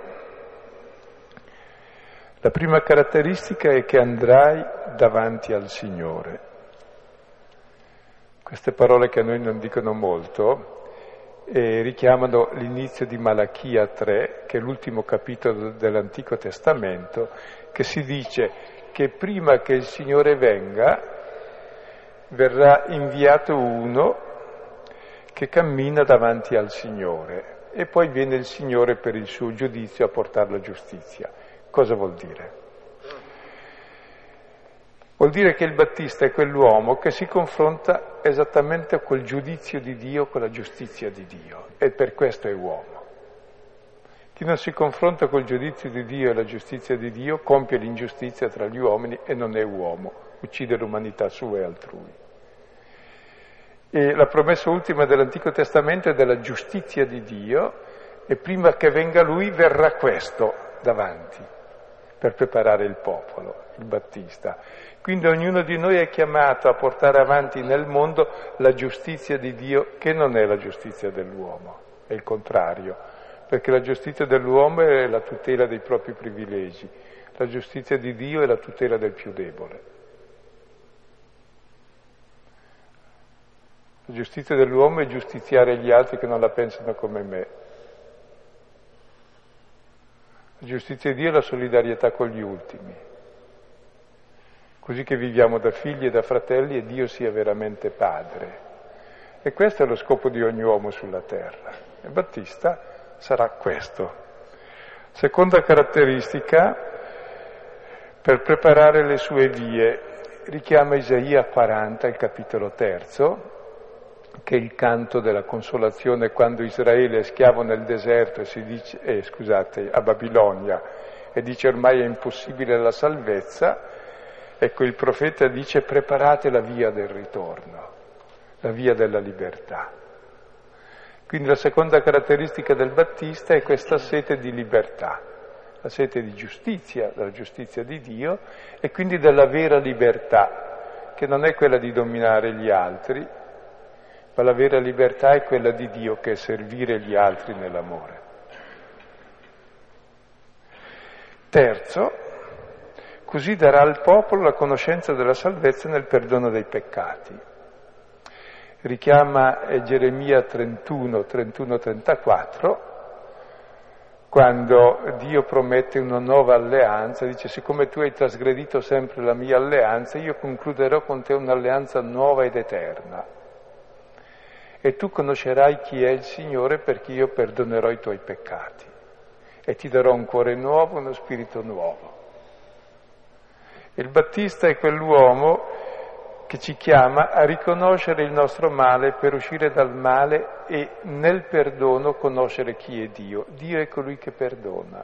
La prima caratteristica è che andrai davanti al Signore. Queste parole che a noi non dicono molto eh, richiamano l'inizio di Malachia tre, che è l'ultimo capitolo dell'Antico Testamento, che si dice che prima che il Signore venga verrà inviato uno che cammina davanti al Signore e poi viene il Signore per il suo giudizio a portare la giustizia. Cosa vuol dire? Vuol dire che il Battista è quell'uomo che si confronta esattamente col giudizio di Dio, con la giustizia di Dio, e per questo è uomo. Chi non si confronta col giudizio di Dio e la giustizia di Dio compie l'ingiustizia tra gli uomini e non è uomo, uccide l'umanità sua e altrui. E la promessa ultima dell'Antico Testamento è della giustizia di Dio, e prima che venga Lui verrà questo davanti per preparare il popolo, il Battista. Quindi ognuno di noi è chiamato a portare avanti nel mondo la giustizia di Dio, che non è la giustizia dell'uomo, è il contrario, perché la giustizia dell'uomo è la tutela dei propri privilegi, la giustizia di Dio è la tutela del più debole. La giustizia dell'uomo è giustiziare gli altri che non la pensano come me. La giustizia di Dio è la solidarietà con gli ultimi, così che viviamo da figli e da fratelli e Dio sia veramente padre. E questo è lo scopo di ogni uomo sulla terra. E Battista sarà questo. Seconda caratteristica, per preparare le sue vie, richiama Isaia quaranta, il capitolo terzo, che è il canto della consolazione quando Israele è schiavo nel deserto e si dice, eh, scusate, a Babilonia, e dice ormai è impossibile la salvezza. Ecco, il profeta dice preparate la via del ritorno, la via della libertà. Quindi la seconda caratteristica del Battista è questa sete di libertà, la sete di giustizia, della giustizia di Dio, e quindi della vera libertà, che non è quella di dominare gli altri, ma la vera libertà è quella di Dio, che è servire gli altri nell'amore. Terzo, così darà al popolo la conoscenza della salvezza nel perdono dei peccati. Richiama eh, Geremia trentuno, trentuno trentaquattro, quando Dio promette una nuova alleanza, dice siccome tu hai trasgredito sempre la mia alleanza, io concluderò con te un'alleanza nuova ed eterna. E tu conoscerai chi è il Signore perché io perdonerò i tuoi peccati e ti darò un cuore nuovo, uno spirito nuovo. Il Battista è quell'uomo che ci chiama a riconoscere il nostro male per uscire dal male e nel perdono conoscere chi è Dio. Dio è colui che perdona.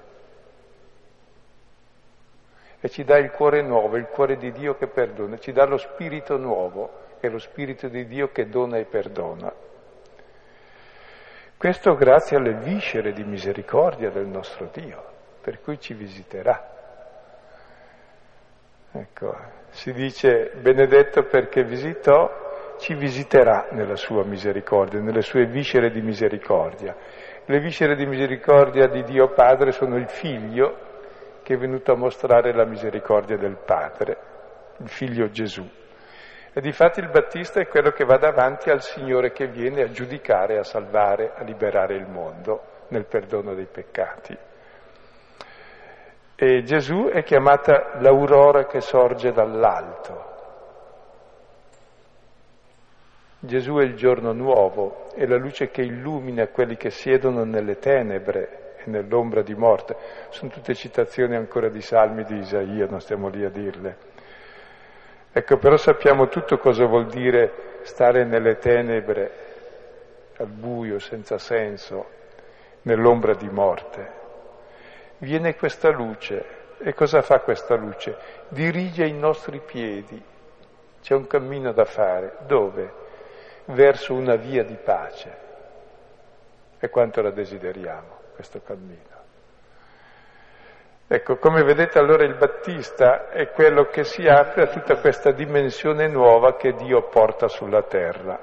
E ci dà il cuore nuovo, il cuore di Dio che perdona, ci dà lo spirito nuovo, che è lo spirito di Dio che dona e perdona. Questo grazie alle viscere di misericordia del nostro Dio, per cui ci visiterà. Ecco, si dice benedetto perché visitò, ci visiterà nella sua misericordia, nelle sue viscere di misericordia. Le viscere di misericordia di Dio Padre sono il Figlio che è venuto a mostrare la misericordia del Padre, il Figlio Gesù. E difatti il Battista è quello che va davanti al Signore che viene a giudicare, a salvare, a liberare il mondo nel perdono dei peccati. E Gesù è chiamata l'aurora che sorge dall'alto. Gesù è il giorno nuovo, è la luce che illumina quelli che siedono nelle tenebre e nell'ombra di morte. Sono tutte citazioni ancora di Salmi di Isaia, non stiamo lì a dirle. Ecco, però sappiamo tutto cosa vuol dire stare nelle tenebre, al buio, senza senso, nell'ombra di morte. viene questa luce. E cosa fa questa luce? Dirige i nostri piedi. C'è un cammino da fare. Dove? Verso una via di pace. E quanto la desideriamo, questo cammino. Ecco, come vedete allora il Battista è quello che si apre a tutta questa dimensione nuova che Dio porta sulla terra.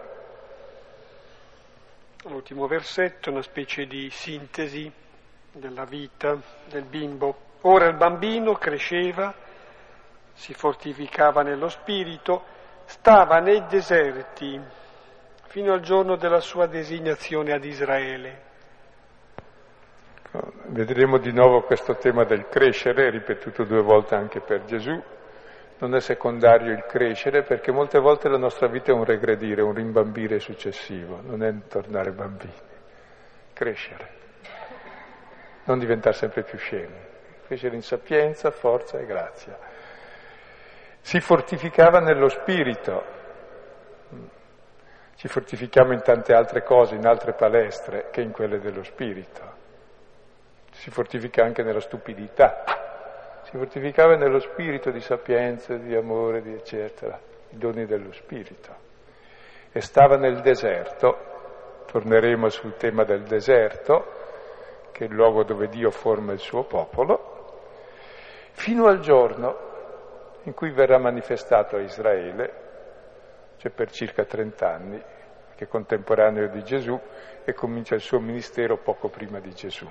L'ultimo versetto, una specie di sintesi della vita del bimbo. Ora il bambino cresceva, si fortificava nello spirito, stava nei deserti fino al giorno della sua designazione ad Israele. Vedremo di nuovo questo tema del crescere, ripetuto due volte anche per Gesù. Non è secondario il crescere, perché molte volte la nostra vita è un regredire, un rimbambire successivo, non è tornare bambini. Crescere, non diventare sempre più scemi. Crescere in sapienza, forza e grazia. Si fortificava nello spirito. Ci fortifichiamo in tante altre cose, in altre palestre, che in quelle dello spirito. Si fortifica anche nella stupidità. Si fortificava nello spirito di sapienza, di amore, di eccetera, i doni dello spirito. E stava nel deserto, torneremo sul tema del deserto, che è il luogo dove Dio forma il suo popolo, fino al giorno in cui verrà manifestato a Israele, cioè per circa trent'anni, che è contemporaneo di Gesù e comincia il suo ministero poco prima di Gesù.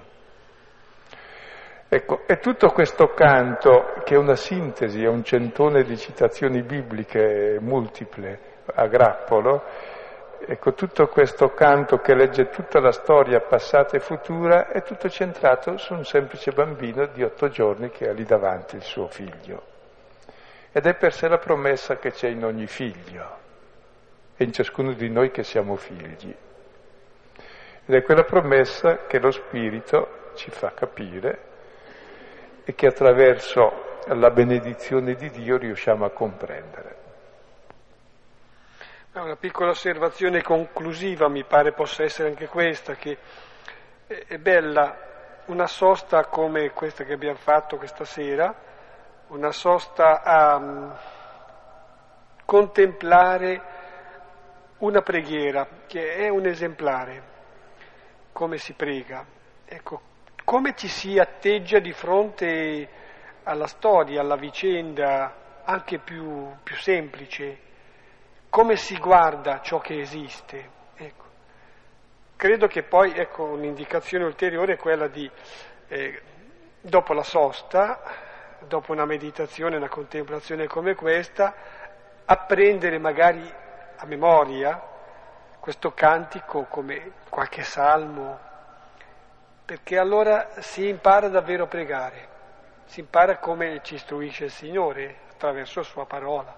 Ecco, è tutto questo canto, che è una sintesi, è un centone di citazioni bibliche multiple a grappolo, ecco, tutto questo canto che legge tutta la storia passata e futura è tutto centrato su un semplice bambino di otto giorni che ha lì davanti il suo figlio. Ed è per sé la promessa che c'è in ogni figlio e in ciascuno di noi che siamo figli. Ed è quella promessa che lo Spirito ci fa capire e che attraverso la benedizione di Dio riusciamo a comprendere. Una piccola osservazione conclusiva mi pare possa essere anche questa, che è bella una sosta come questa che abbiamo fatto questa sera, una sosta a um, contemplare una preghiera che è un esemplare, come si prega, ecco, come ci si atteggia di fronte alla storia, alla vicenda anche più, più semplice, come si guarda ciò che esiste. Ecco. Credo che poi, ecco, un'indicazione ulteriore è quella di, eh, dopo la sosta, dopo una meditazione, una contemplazione come questa, apprendere magari a memoria questo cantico come qualche salmo, perché allora si impara davvero a pregare, si impara come ci istruisce il Signore attraverso la sua parola.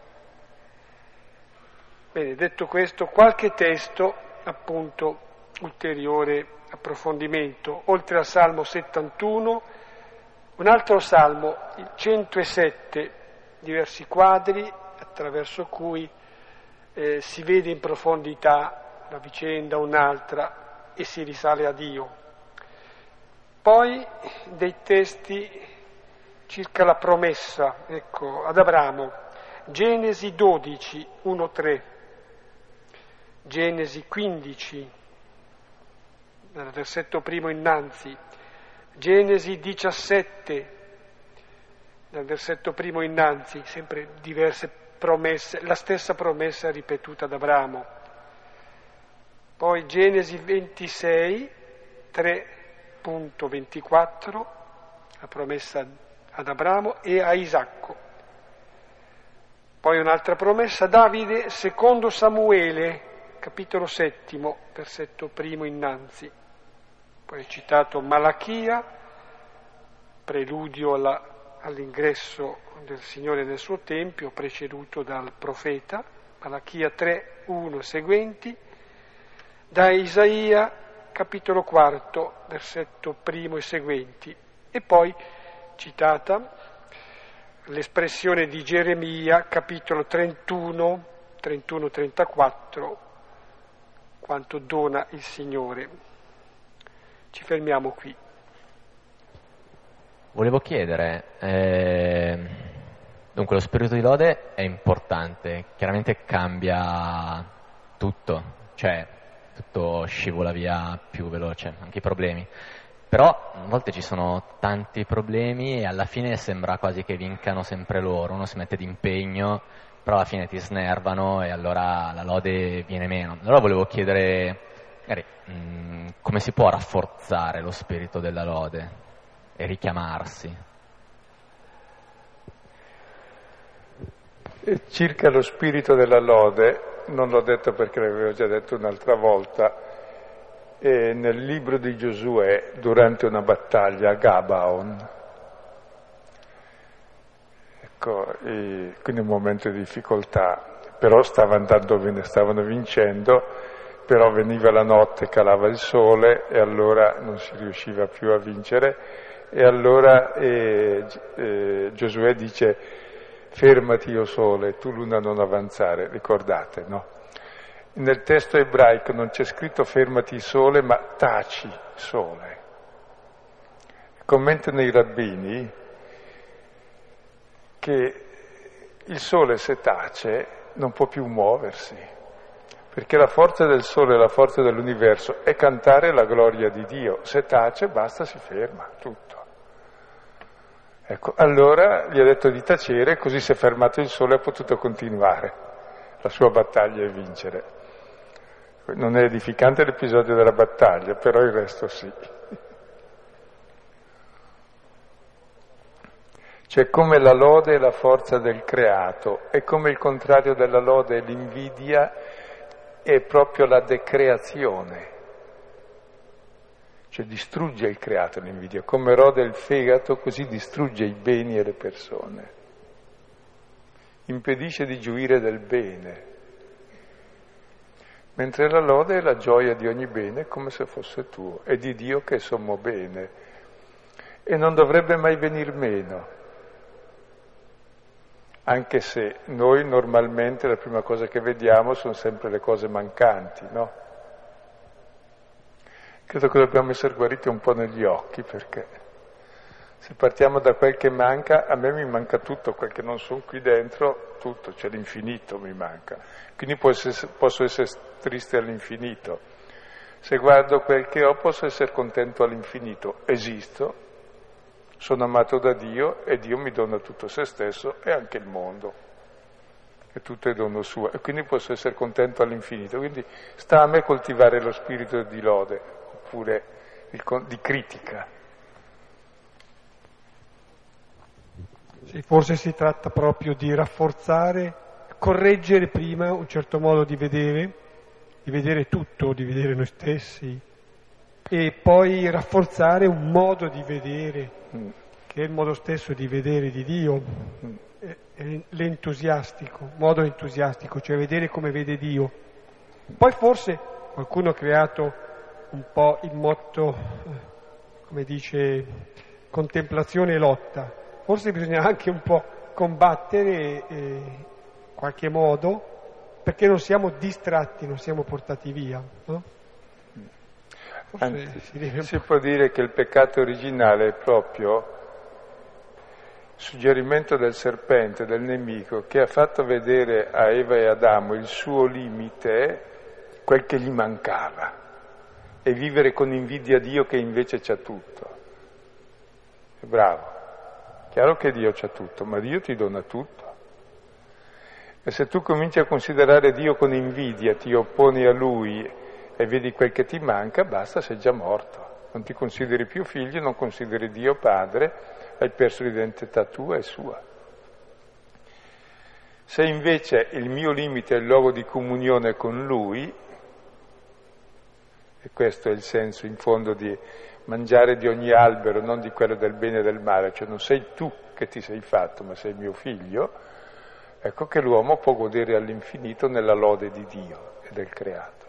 Bene, detto questo, qualche testo, appunto, ulteriore approfondimento. Oltre al Salmo settantuno, un altro Salmo, il centosette, diversi quadri attraverso cui eh, si vede in profondità la vicenda, un'altra, e si risale a Dio. Poi dei testi circa la promessa, ecco, ad Abramo, Genesi dodici, uno tre, Genesi quindici, dal versetto primo innanzi, Genesi diciassette, dal versetto primo innanzi, sempre diverse promesse, la stessa promessa ripetuta ad Abramo. Poi Genesi ventisei, tre punto ventiquattro, la promessa ad Abramo e a Isacco. Poi un'altra promessa, Davide secondo Samuele, capitolo settimo, versetto primo innanzi. Poi è citato Malachia, preludio alla, all'ingresso del Signore nel suo Tempio, preceduto dal profeta, Malachia tre, uno e seguenti, da Isaia, capitolo quarto, versetto primo e seguenti, e poi citata l'espressione di Geremia, capitolo trentuno, trentuno trentaquattro, quanto dona il Signore. Ci fermiamo qui. Volevo chiedere, eh, dunque lo spirito di lode è importante, chiaramente cambia tutto, cioè tutto scivola via più veloce, anche i problemi. Però a volte ci sono tanti problemi e alla fine sembra quasi che vincano sempre loro, uno si mette d'impegno, però alla fine ti snervano e allora la lode viene meno. Allora volevo chiedere, magari, mh, come si può rafforzare lo spirito della lode e richiamarsi? E circa lo spirito della lode, non l'ho detto perché l'avevo già detto un'altra volta, e nel libro di Giosuè, durante una battaglia a Gabaon, ecco, e quindi un momento di difficoltà, però stava andando bene, stavano vincendo, però veniva la notte, calava il sole e allora non si riusciva più a vincere, e allora eh, eh, Giosuè dice: fermati o sole, tu luna non avanzare, ricordate, no? Nel testo ebraico non c'è scritto fermati sole, ma taci sole. Commentano i rabbini che il sole, se tace, non può più muoversi, perché la forza del sole e la forza dell'universo è cantare la gloria di Dio. Se tace, basta, si ferma tutto. Ecco, allora gli ha detto di tacere, così si è fermato il sole e ha potuto continuare la sua battaglia e vincere. Non è edificante l'episodio della battaglia, però il resto sì. Cioè, come la lode è la forza del creato, e come il contrario della lode è l'invidia, è proprio la decreazione. Cioè distrugge il creato l'invidia, come rode il fegato, così distrugge i beni e le persone. Impedisce di gioire del bene. Mentre la lode è la gioia di ogni bene come se fosse tuo, è di Dio che è sommo bene e non dovrebbe mai venir meno, anche se noi normalmente la prima cosa che vediamo sono sempre le cose mancanti, no? Credo che dobbiamo essere guariti un po' negli occhi, perché se partiamo da quel che manca, a me mi manca tutto, quel che non sono qui dentro, tutto, cioè l'infinito mi manca. Quindi posso essere, posso essere triste all'infinito. Se guardo quel che ho, posso essere contento all'infinito. Esisto, sono amato da Dio e Dio mi dona tutto se stesso e anche il mondo. E tutto è dono suo. E quindi posso essere contento all'infinito. Quindi sta a me coltivare lo spirito di lode, oppure il, di critica. Sì, forse si tratta proprio di rafforzare, correggere prima un certo modo di vedere, di vedere tutto, di vedere noi stessi, e poi rafforzare un modo di vedere, mm. che è il modo stesso di vedere di Dio, mm. è l'entusiastico, modo entusiastico, cioè vedere come vede Dio. Poi forse qualcuno ha creato un po' il motto, come dice, contemplazione e lotta. Forse bisogna anche un po' combattere eh, in qualche modo, perché non siamo distratti, non siamo portati via, no? Anzi, si, deve... si può dire che il peccato originale è proprio il suggerimento del serpente, del nemico, che ha fatto vedere a Eva e Adamo il suo limite, quel che gli mancava, e vivere con invidia Dio che invece c'ha tutto. È bravo. Chiaro che Dio c'ha tutto, ma Dio ti dona tutto. E se tu cominci a considerare Dio con invidia, ti opponi a Lui e vedi quel che ti manca, basta, sei già morto. Non ti consideri più figlio, non consideri Dio padre, hai perso l'identità tua e sua. Se invece il mio limite è il luogo di comunione con Lui, e questo è il senso in fondo di mangiare di ogni albero, non di quello del bene e del male, cioè non sei tu che ti sei fatto, ma sei mio figlio, ecco che l'uomo può godere all'infinito nella lode di Dio e del creato.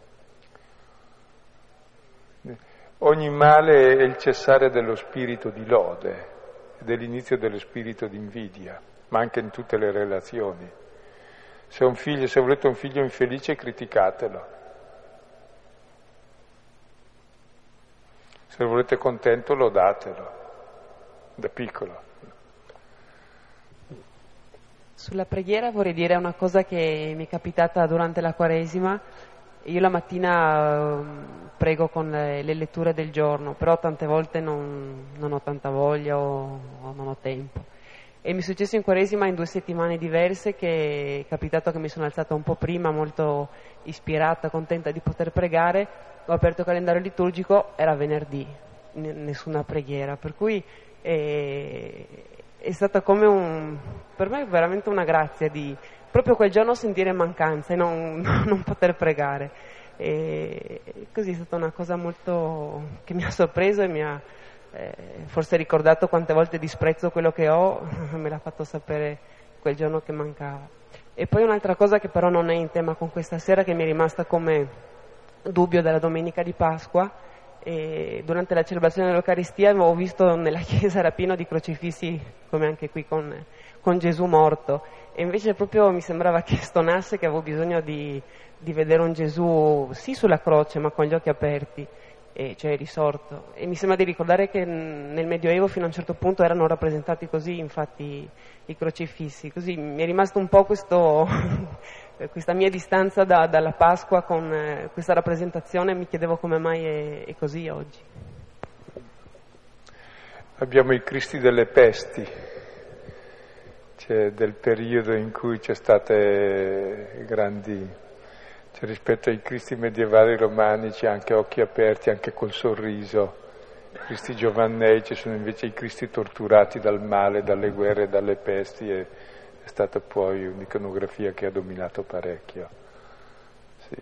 Ogni male è il cessare dello spirito di lode, dell'inizio dello spirito di invidia, ma anche in tutte le relazioni. Se un figlio, se volete un figlio infelice, criticatelo. Se lo volete contento, lodatelo. da piccolo. Sulla preghiera vorrei dire una cosa che mi è capitata durante la Quaresima. Io la mattina uh, prego con le, le letture del giorno, però tante volte non, non ho tanta voglia o, o non ho tempo. E mi è successo in Quaresima in due settimane diverse che è capitato che mi sono alzata un po' prima, molto ispirata, contenta di poter pregare, ho aperto il calendario liturgico, era venerdì, n- nessuna preghiera, per cui è, è stata come un, per me veramente una grazia di proprio quel giorno sentire mancanza e non, non poter pregare. E così è stata una cosa molto che mi ha sorpreso e mi ha eh, forse ricordato quante volte disprezzo quello che ho, me l'ha fatto sapere quel giorno che mancava. E poi un'altra cosa che però non è in tema con questa sera, che mi è rimasta come dubbio dalla domenica di Pasqua, e durante la celebrazione dell'Eucaristia avevo visto nella chiesa era pieno di crocifissi, come anche qui con, con Gesù morto, e invece proprio mi sembrava che stonasse, che avevo bisogno di, di vedere un Gesù sì sulla croce ma con gli occhi aperti, e cioè risorto. E mi sembra di ricordare che nel Medioevo fino a un certo punto erano rappresentati così, infatti, i crocifissi. Così mi è rimasto un po' questo questa mia distanza da, dalla Pasqua con eh, questa rappresentazione, mi chiedevo come mai è, è così oggi. Abbiamo i Cristi delle pesti, cioè del periodo in cui c'è state grandi, cioè rispetto ai Cristi medievali romani c'è anche occhi aperti, anche col sorriso. I Cristi giovannei ci sono invece i Cristi torturati dal male, dalle guerre, dalle pesti, e è stata poi un'iconografia che ha dominato parecchio. Sì.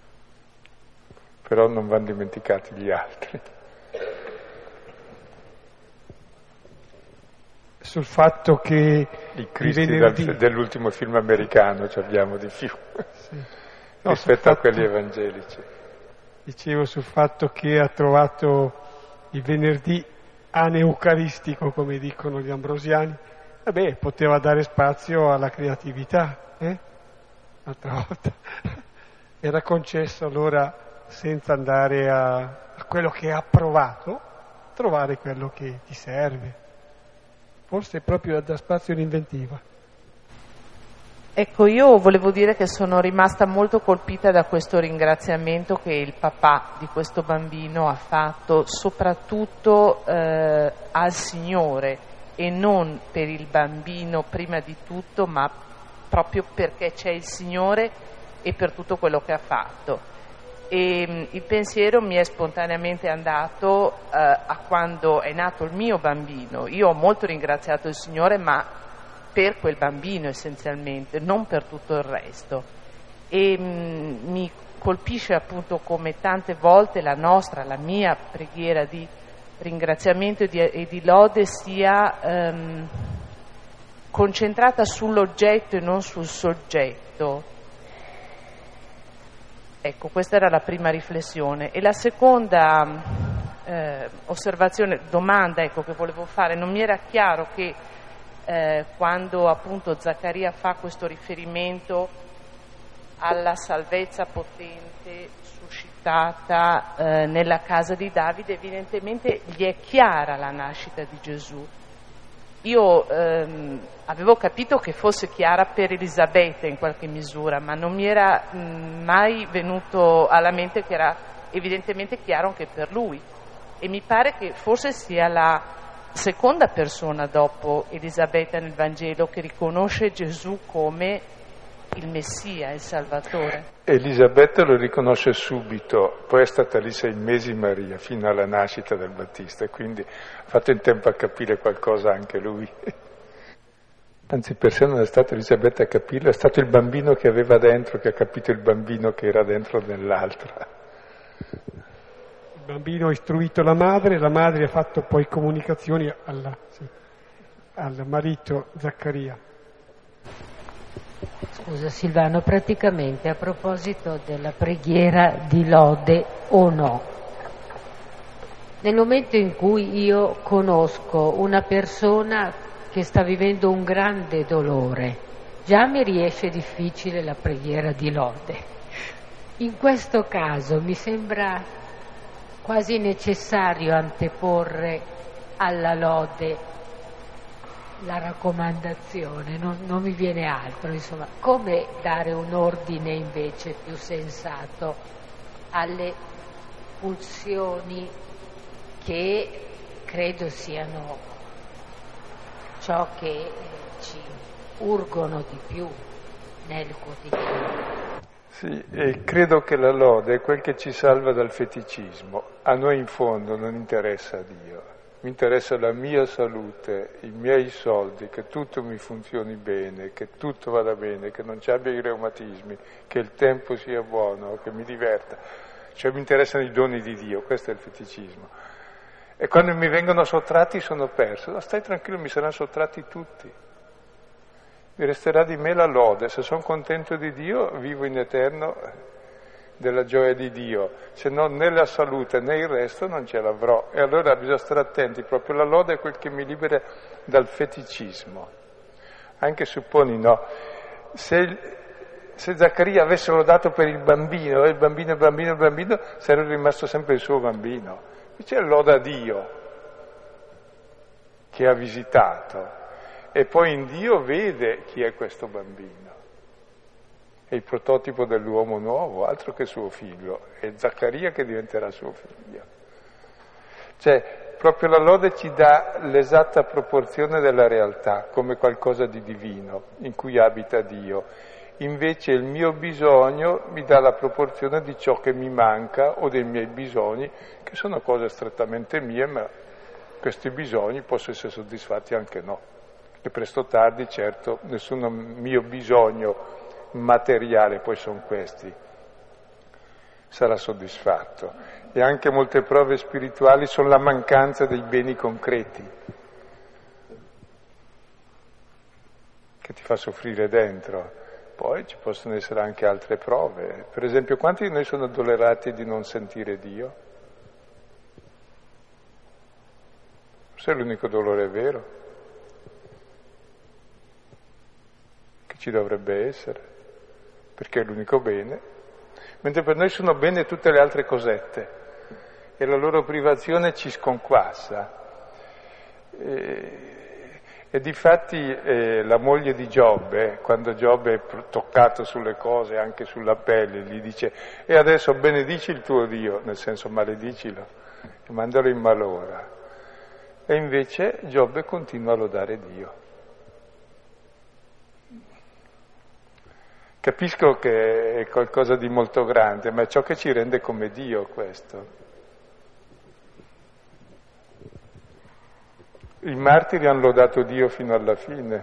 Però non vanno dimenticati gli altri. Sul fatto che i Cristi venerdì... dal, dell'ultimo film americano ci abbiamo di più, sì. No, rispetto fatto, a quelli evangelici. Dicevo sul fatto che ha trovato il venerdì aneucaristico, come dicono gli ambrosiani. Vabbè, poteva dare spazio alla creatività, eh? L'altra volta era concesso allora, senza andare a, a quello che ha provato, trovare quello che ti serve. Forse proprio da spazio all'inventiva. Ecco, io volevo dire che sono rimasta molto colpita da questo ringraziamento che il papà di questo bambino ha fatto, soprattutto eh, al Signore, e non per il bambino prima di tutto, ma proprio perché c'è il Signore e per tutto quello che ha fatto. E mh, il pensiero mi è spontaneamente andato eh, a quando è nato il mio bambino. Io ho molto ringraziato il Signore, ma per quel bambino essenzialmente, non per tutto il resto. E mh, mi colpisce appunto come tante volte la nostra, la mia preghiera di ringraziamento e di, e di lode sia ehm, concentrata sull'oggetto e non sul soggetto. Ecco, questa era la prima riflessione. E la seconda eh, osservazione, domanda ecco, che volevo fare, non mi era chiaro che eh, quando appunto Zaccaria fa questo riferimento alla salvezza potente suscitata eh, nella casa di Davide, evidentemente gli è chiara la nascita di Gesù. Io ehm, avevo capito che fosse chiara per Elisabetta in qualche misura, ma non mi era mh, mai venuto alla mente che era evidentemente chiaro anche per lui. E mi pare che forse sia la seconda persona dopo Elisabetta nel Vangelo che riconosce Gesù come il Messia, il Salvatore. Elisabetta lo riconosce subito, poi è stata lì sei mesi Maria, fino alla nascita del Battista, quindi ha fatto in tempo a capire qualcosa anche lui. Anzi, per sé non è stata Elisabetta a capirlo, è stato il bambino che aveva dentro che ha capito il bambino che era dentro nell'altra. Il bambino ha istruito la madre, la madre ha fatto poi comunicazioni alla, sì, al marito Zaccaria. Scusa Silvano, praticamente a proposito della preghiera di lode o no, nel momento in cui io conosco una persona che sta vivendo un grande dolore, già mi riesce difficile la preghiera di lode. In questo caso mi sembra quasi necessario anteporre alla lode la raccomandazione, non, non mi viene altro, insomma, come dare un ordine invece più sensato alle pulsioni che credo siano ciò che ci urgono di più nel quotidiano. Sì, e credo che la lode è quel che ci salva dal feticismo. A noi in fondo non interessa Dio, mi interessa la mia salute, i miei soldi, che tutto mi funzioni bene, che tutto vada bene, che non ci abbia i reumatismi, che il tempo sia buono, che mi diverta. Cioè mi interessano i doni di Dio, questo è il feticismo. E quando mi vengono sottratti sono perso. No, stai tranquillo, mi saranno sottratti tutti. Mi resterà di me la lode. Se sono contento di Dio, vivo in eterno della gioia di Dio. Se no, né la salute né il resto non ce l'avrò. E allora bisogna stare attenti. Proprio la lode è quel che mi libera dal feticismo. Anche supponi, no, se... Se Zaccaria avesse lodato per il bambino, il bambino, il bambino, il bambino, sarebbe rimasto sempre il suo bambino. Invece loda Dio, che ha visitato, e poi in Dio vede chi è questo bambino. È il prototipo dell'uomo nuovo, altro che suo figlio, è Zaccaria che diventerà suo figlio. Cioè, proprio la lode ci dà l'esatta proporzione della realtà, come qualcosa di divino, in cui abita Dio. Invece il mio bisogno mi dà la proporzione di ciò che mi manca o dei miei bisogni, che sono cose strettamente mie, ma questi bisogni possono essere soddisfatti anche no. E presto o tardi, certo, nessun mio bisogno materiale, poi sono questi, sarà soddisfatto. E anche molte prove spirituali sono la mancanza dei beni concreti, che ti fa soffrire dentro. Poi ci possono essere anche altre prove. Per esempio, quanti di noi sono addolerati di non sentire Dio? Forse è l'unico dolore vero che ci dovrebbe essere, perché è l'unico bene. Mentre per noi sono bene tutte le altre cosette e la loro privazione ci sconquassa. E... E difatti eh, la moglie di Giobbe, quando Giobbe è toccato sulle cose, anche sulla pelle, gli dice: e adesso benedici il tuo Dio, nel senso maledicilo, e mandalo in malora. E invece Giobbe continua a lodare Dio. Capisco che è qualcosa di molto grande, ma è ciò che ci rende come Dio questo. I martiri hanno lodato Dio fino alla fine.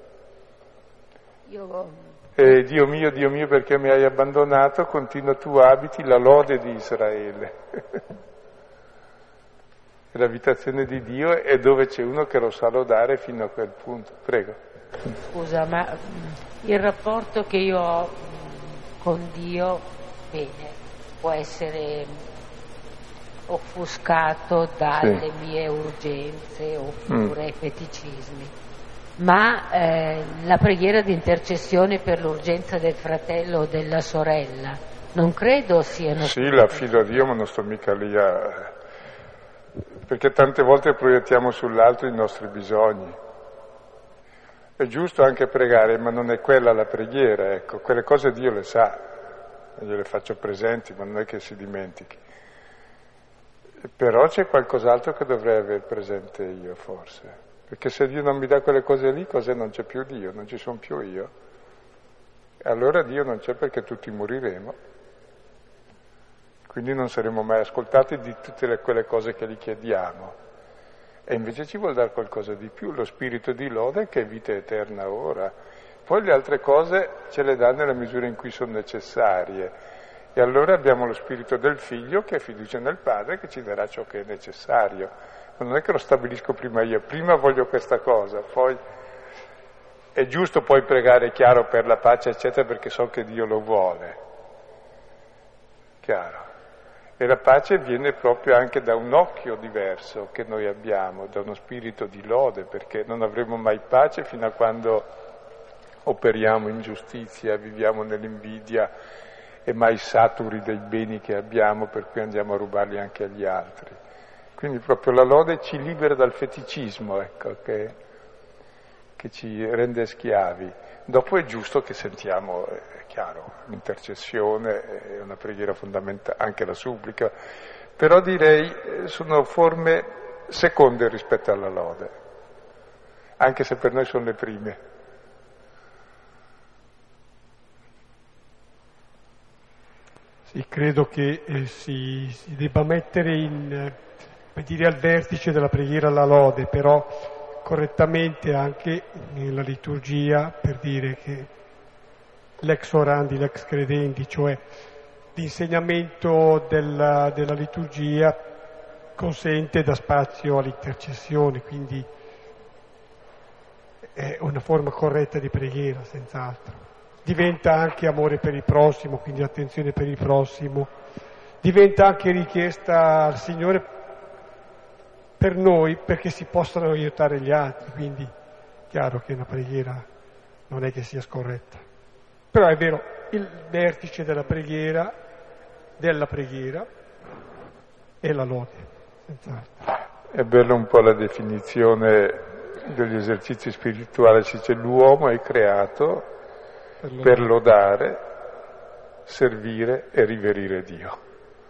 Io... E Dio mio, Dio mio, perché mi hai abbandonato, continua tu abiti la lode di Israele. E l'abitazione di Dio è dove c'è uno che lo sa lodare fino a quel punto. Prego. Scusa, ma il rapporto che io ho con Dio, bene, può essere offuscato dalle sì. mie urgenze oppure mm. feticismi, ma eh, la preghiera di intercessione per l'urgenza del fratello o della sorella non credo siano... Sì, la fido a Dio, ma non sto mica lì a... perché tante volte proiettiamo sull'altro i nostri bisogni. È giusto anche pregare, ma non è quella la preghiera, ecco, quelle cose Dio le sa, io le faccio presenti, ma non è che si dimentichi. Però c'è qualcos'altro che dovrei aver presente io, forse. Perché se Dio non mi dà quelle cose lì, cos'è? Non c'è più Dio, non ci sono più io. E allora Dio non c'è, perché tutti moriremo. Quindi non saremo mai ascoltati di tutte le, quelle cose che gli chiediamo. E invece ci vuol dare qualcosa di più, lo spirito di lode che è vita eterna ora. Poi le altre cose ce le dà nella misura in cui sono necessarie. E allora abbiamo lo spirito del figlio che ha fiducia nel padre, che ci darà ciò che è necessario. Ma non è che lo stabilisco prima io, prima voglio questa cosa, poi è giusto poi pregare, chiaro, per la pace eccetera, perché so che Dio lo vuole, chiaro. E la pace viene proprio anche da un occhio diverso che noi abbiamo, da uno spirito di lode, perché non avremo mai pace fino a quando operiamo in giustizia, viviamo nell'invidia e mai saturi dei beni che abbiamo, per cui andiamo a rubarli anche agli altri. Quindi proprio la lode ci libera dal feticismo, ecco, che che ci rende schiavi. Dopo è giusto che sentiamo, è chiaro, l'intercessione è una preghiera fondamentale, anche la supplica, però direi sono forme seconde rispetto alla lode, anche se per noi sono le prime. Sì, credo che eh, si, si debba mettere in, eh, per dire, al vertice della preghiera la lode, però correttamente anche nella liturgia, per dire che l'ex orandi, l'ex credendi, cioè l'insegnamento della, della liturgia consente da spazio all'intercessione, quindi è una forma corretta di preghiera, senz'altro. Diventa anche amore per il prossimo, quindi attenzione per il prossimo, diventa anche richiesta al Signore per noi perché si possano aiutare gli altri, quindi chiaro che una preghiera non è che sia scorretta. Però è vero, il vertice della preghiera, della preghiera è la lode, senz'altro. È bella un po' la definizione degli esercizi spirituali, si dice l'uomo è creato per lodare, per lodare, servire e riverire Dio.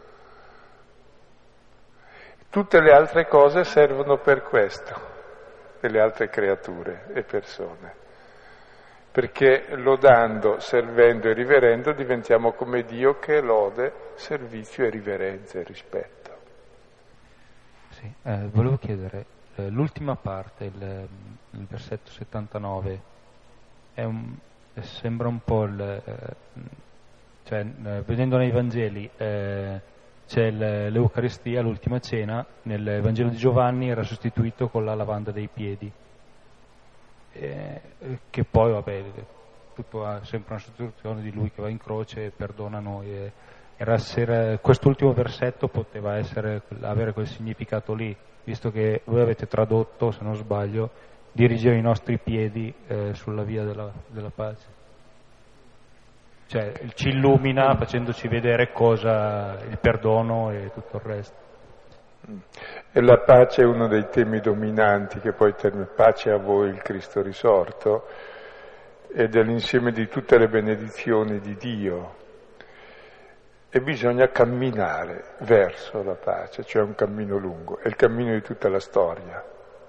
Tutte le altre cose servono per questo, e le altre creature e persone, perché lodando, servendo e riverendo diventiamo come Dio che lode, servizio e riverenza e rispetto. Sì, eh, volevo chiedere, eh, l'ultima parte, il, il versetto settantanove, è un, sembra un po' il, eh, cioè eh, vedendo nei Vangeli eh, c'è l'Eucaristia, l'ultima cena, nel Vangelo di Giovanni era sostituito con la lavanda dei piedi, eh, che poi vabbè tutto ha sempre una sostituzione di lui che va in croce e perdona noi. E era, era, quest'ultimo versetto poteva essere, avere quel significato lì, visto che voi avete tradotto, se non sbaglio, dirigere i nostri piedi eh, sulla via della, della pace. Cioè ci illumina facendoci vedere cosa, il perdono e tutto il resto. E la pace è uno dei temi dominanti, che poi termina pace a voi il Cristo risorto, ed è l'insieme di tutte le benedizioni di Dio. E bisogna camminare verso la pace, cioè un cammino lungo, è il cammino di tutta la storia.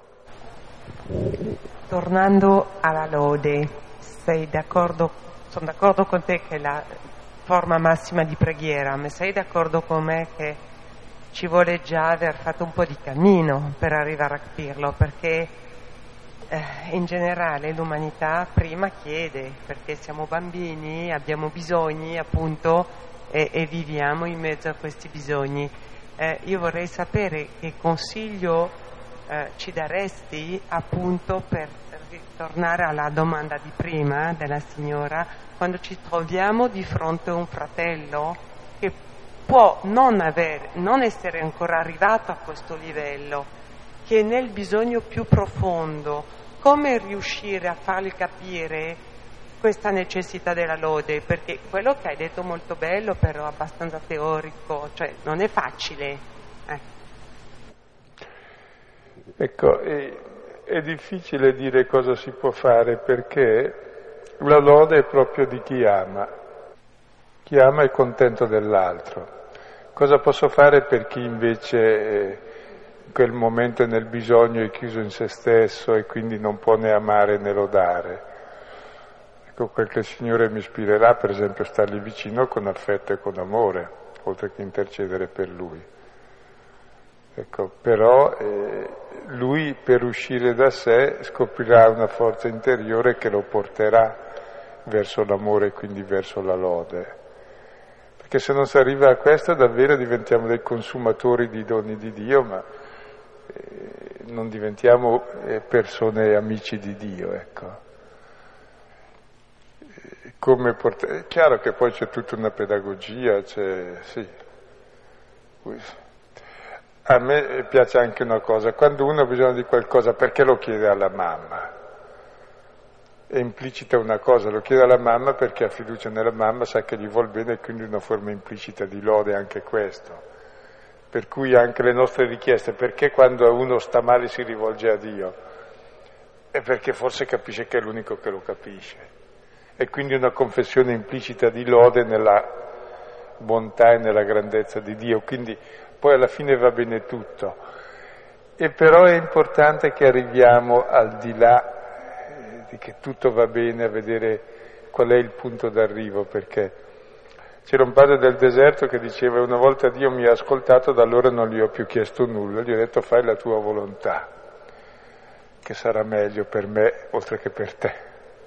Tornando alla lode, sei d'accordo? Sono d'accordo con te che è la forma massima di preghiera, ma sei d'accordo con me che ci vuole già aver fatto un po' di cammino per arrivare a capirlo, perché eh, in generale l'umanità prima chiede, perché siamo bambini, abbiamo bisogni appunto e, e viviamo in mezzo a questi bisogni. Eh, io vorrei sapere che consiglio eh, ci daresti appunto per tornare alla domanda di prima della signora, quando ci troviamo di fronte a un fratello che può non, avere, non essere ancora arrivato a questo livello, che è nel bisogno più profondo, come riuscire a fargli capire questa necessità della lode? Perché quello che hai detto è molto bello, però abbastanza teorico, cioè non è facile. Eh. Ecco, e... È difficile dire cosa si può fare, perché la lode è proprio di chi ama. Chi ama è contento dell'altro. Cosa posso fare per chi invece in quel momento è nel bisogno, è chiuso in se stesso e quindi non può né amare né lodare? Ecco, quel che il Signore mi ispirerà, per esempio, stargli vicino con affetto e con amore, oltre che intercedere per Lui. Ecco, però eh, lui per uscire da sé scoprirà una forza interiore che lo porterà verso l'amore e quindi verso la lode. Perché se non si arriva a questo davvero diventiamo dei consumatori di doni di Dio, ma eh, non diventiamo eh, persone amici di Dio, ecco. Eh, come port- è chiaro che poi c'è tutta una pedagogia, c'è, sì. A me piace anche una cosa, quando uno ha bisogno di qualcosa, perché lo chiede alla mamma? È implicita una cosa, lo chiede alla mamma perché ha fiducia nella mamma, sa che gli vuol bene e quindi una forma implicita di lode anche questo. Per cui anche le nostre richieste, perché quando uno sta male si rivolge a Dio? è perché forse capisce che è l'unico che lo capisce. E quindi una confessione implicita di lode nella bontà e nella grandezza di Dio, quindi poi alla fine va bene tutto. E però è importante che arriviamo al di là di che tutto va bene a vedere qual è il punto d'arrivo, perché c'era un padre del deserto che diceva: una volta Dio mi ha ascoltato, da allora non gli ho più chiesto nulla, gli ho detto fai la tua volontà, che sarà meglio per me oltre che per te.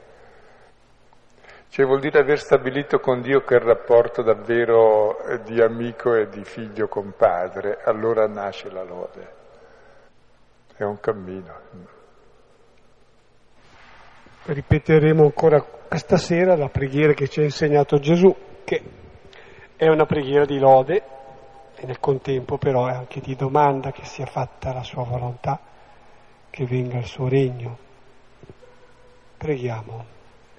Cioè vuol dire aver stabilito con Dio quel rapporto davvero di amico e di figlio con padre, allora nasce la lode. È un cammino. Ripeteremo ancora questa sera la preghiera che ci ha insegnato Gesù, che è una preghiera di lode e nel contempo però è anche di domanda, che sia fatta la sua volontà, che venga il suo regno. Preghiamo.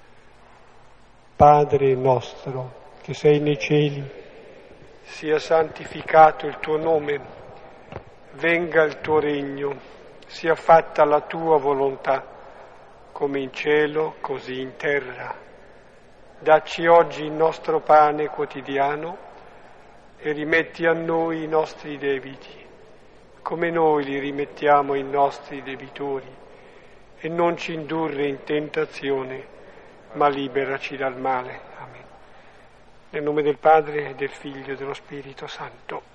Padre nostro, che sei nei cieli, sia santificato il tuo nome, venga il tuo regno, sia fatta la tua volontà, come in cielo, così in terra. Dacci oggi il nostro pane quotidiano e rimetti a noi i nostri debiti, come noi li rimettiamo ai nostri debitori, e non ci indurre in tentazione, ma liberaci dal male. Amen. Nel nome del Padre, e del Figlio e dello Spirito Santo.